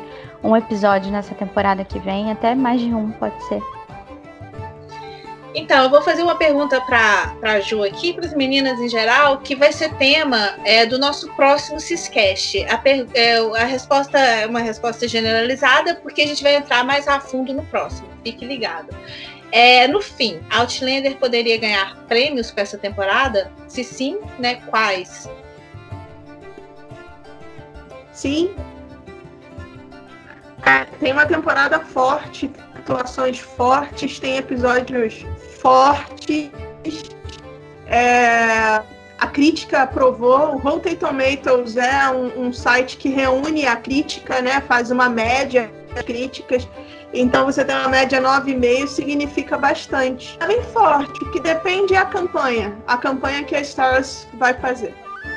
um episódio nessa temporada que vem, até mais de um, pode ser. Então, eu vou fazer uma pergunta para a Ju aqui, para as meninas em geral, que vai ser tema do nosso próximo Ciscast. A resposta é uma resposta generalizada, porque a gente vai entrar mais a fundo no próximo. Fique ligado. No fim, Outlander poderia ganhar prêmios para essa temporada? Se sim, né, quais? Sim. Tem uma temporada forte, atuações fortes, tem episódios fortes. A crítica aprovou. O Rotten Tomatoes é um site que reúne a crítica, né? Faz uma média de críticas. Então, você tem uma média 9,5, significa bastante. É bem forte, o que depende é a campanha que a Starz vai fazer.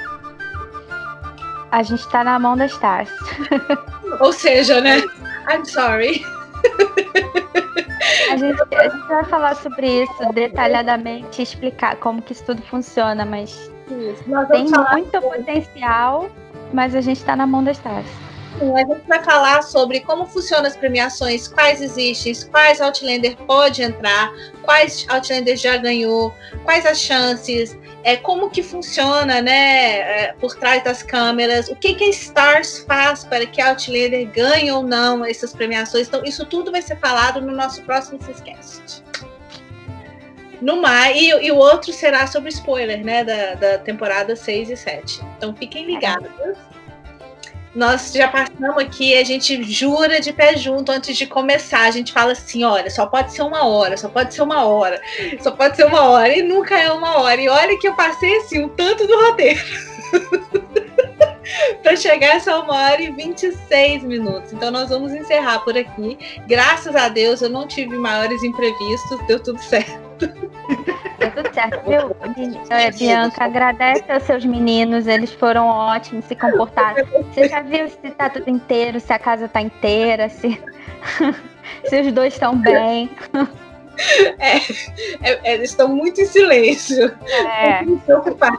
A gente tá na mão da Starz. Ou seja, né? I'm sorry. A gente vai falar sobre isso detalhadamente, explicar como que isso tudo funciona, mas tem muito potencial, mas a gente tá na mão da Starz. A gente vai falar sobre como funcionam as premiações, quais existem, quais Outlander pode entrar, quais Outlander já ganhou, quais as chances, como que funciona, né, por trás das câmeras, o que a Starz faz para que a Outlander ganhe ou não essas premiações. Então, isso tudo vai ser falado no nosso próximo Ciscast. E o outro será sobre spoiler, né, da temporada 6 e 7. Então, fiquem ligados. Nós já passamos aqui, a gente jura de pé junto antes de começar. A gente fala assim, olha, só pode ser uma hora, só pode ser uma hora, só pode ser uma hora, e nunca é uma hora. E olha que eu passei assim, um tanto do roteiro. Para chegar essa 1h26. Então nós vamos encerrar por aqui. Graças a Deus eu não tive maiores imprevistos, deu tudo certo. Deu tudo certo, viu? Bianca, agradece aos seus meninos, eles foram ótimos, se comportaram. Você já viu se tá tudo inteiro, se a casa tá inteira, se os dois estão bem. Eles estão muito em silêncio. Muito preocupados.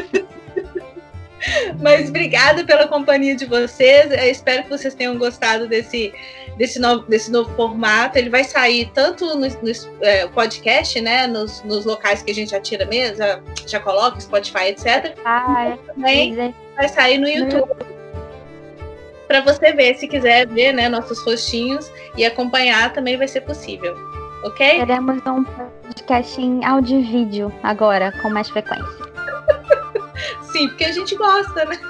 Mas obrigada pela companhia de vocês. Eu espero que vocês tenham gostado desse novo formato. Ele vai sair tanto no podcast, né? Nos locais que a gente já tira mesmo, já coloca, Spotify, etc. Também vai sair no YouTube. Para você ver, se quiser ver, né, nossos rostinhos e acompanhar, também vai ser possível. Ok? Teremos um podcast em áudio e vídeo agora, com mais frequência. Sim, porque a gente gosta, né?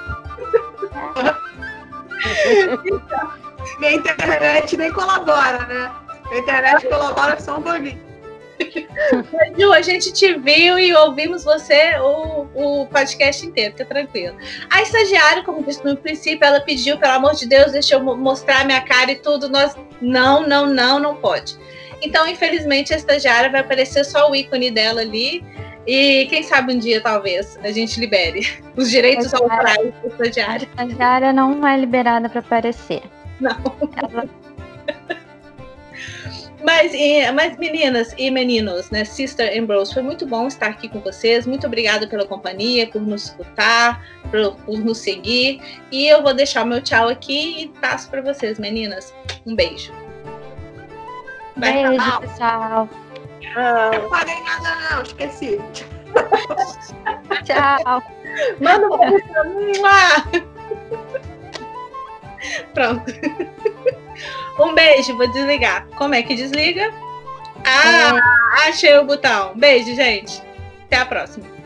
Minha internet nem colabora, né? Minha internet colabora só um pouquinho. Ju, a gente te viu e ouvimos você o podcast inteiro, fica tranquilo. A estagiária, como disse no princípio, ela pediu, pelo amor de Deus, deixa eu mostrar minha cara e tudo. Nós, não pode. Então, infelizmente, a estagiária vai aparecer só o ícone dela ali. E quem sabe um dia, talvez, a gente libere os direitos autorais da estagiária. A estagiária não é liberada para aparecer. Não. Mas, meninas e meninos, né, Sister and Bros, foi muito bom estar aqui com vocês. Muito obrigada pela companhia, por nos escutar, por nos seguir. E eu vou deixar o meu tchau aqui e passo para vocês, meninas. Um beijo. Beijo, pessoal. Não falei nada não, esqueci. Tchau. Manda um beijo. Pronto. Um beijo, vou desligar. Como é que desliga? Achei o botão. Beijo, gente. Até a próxima.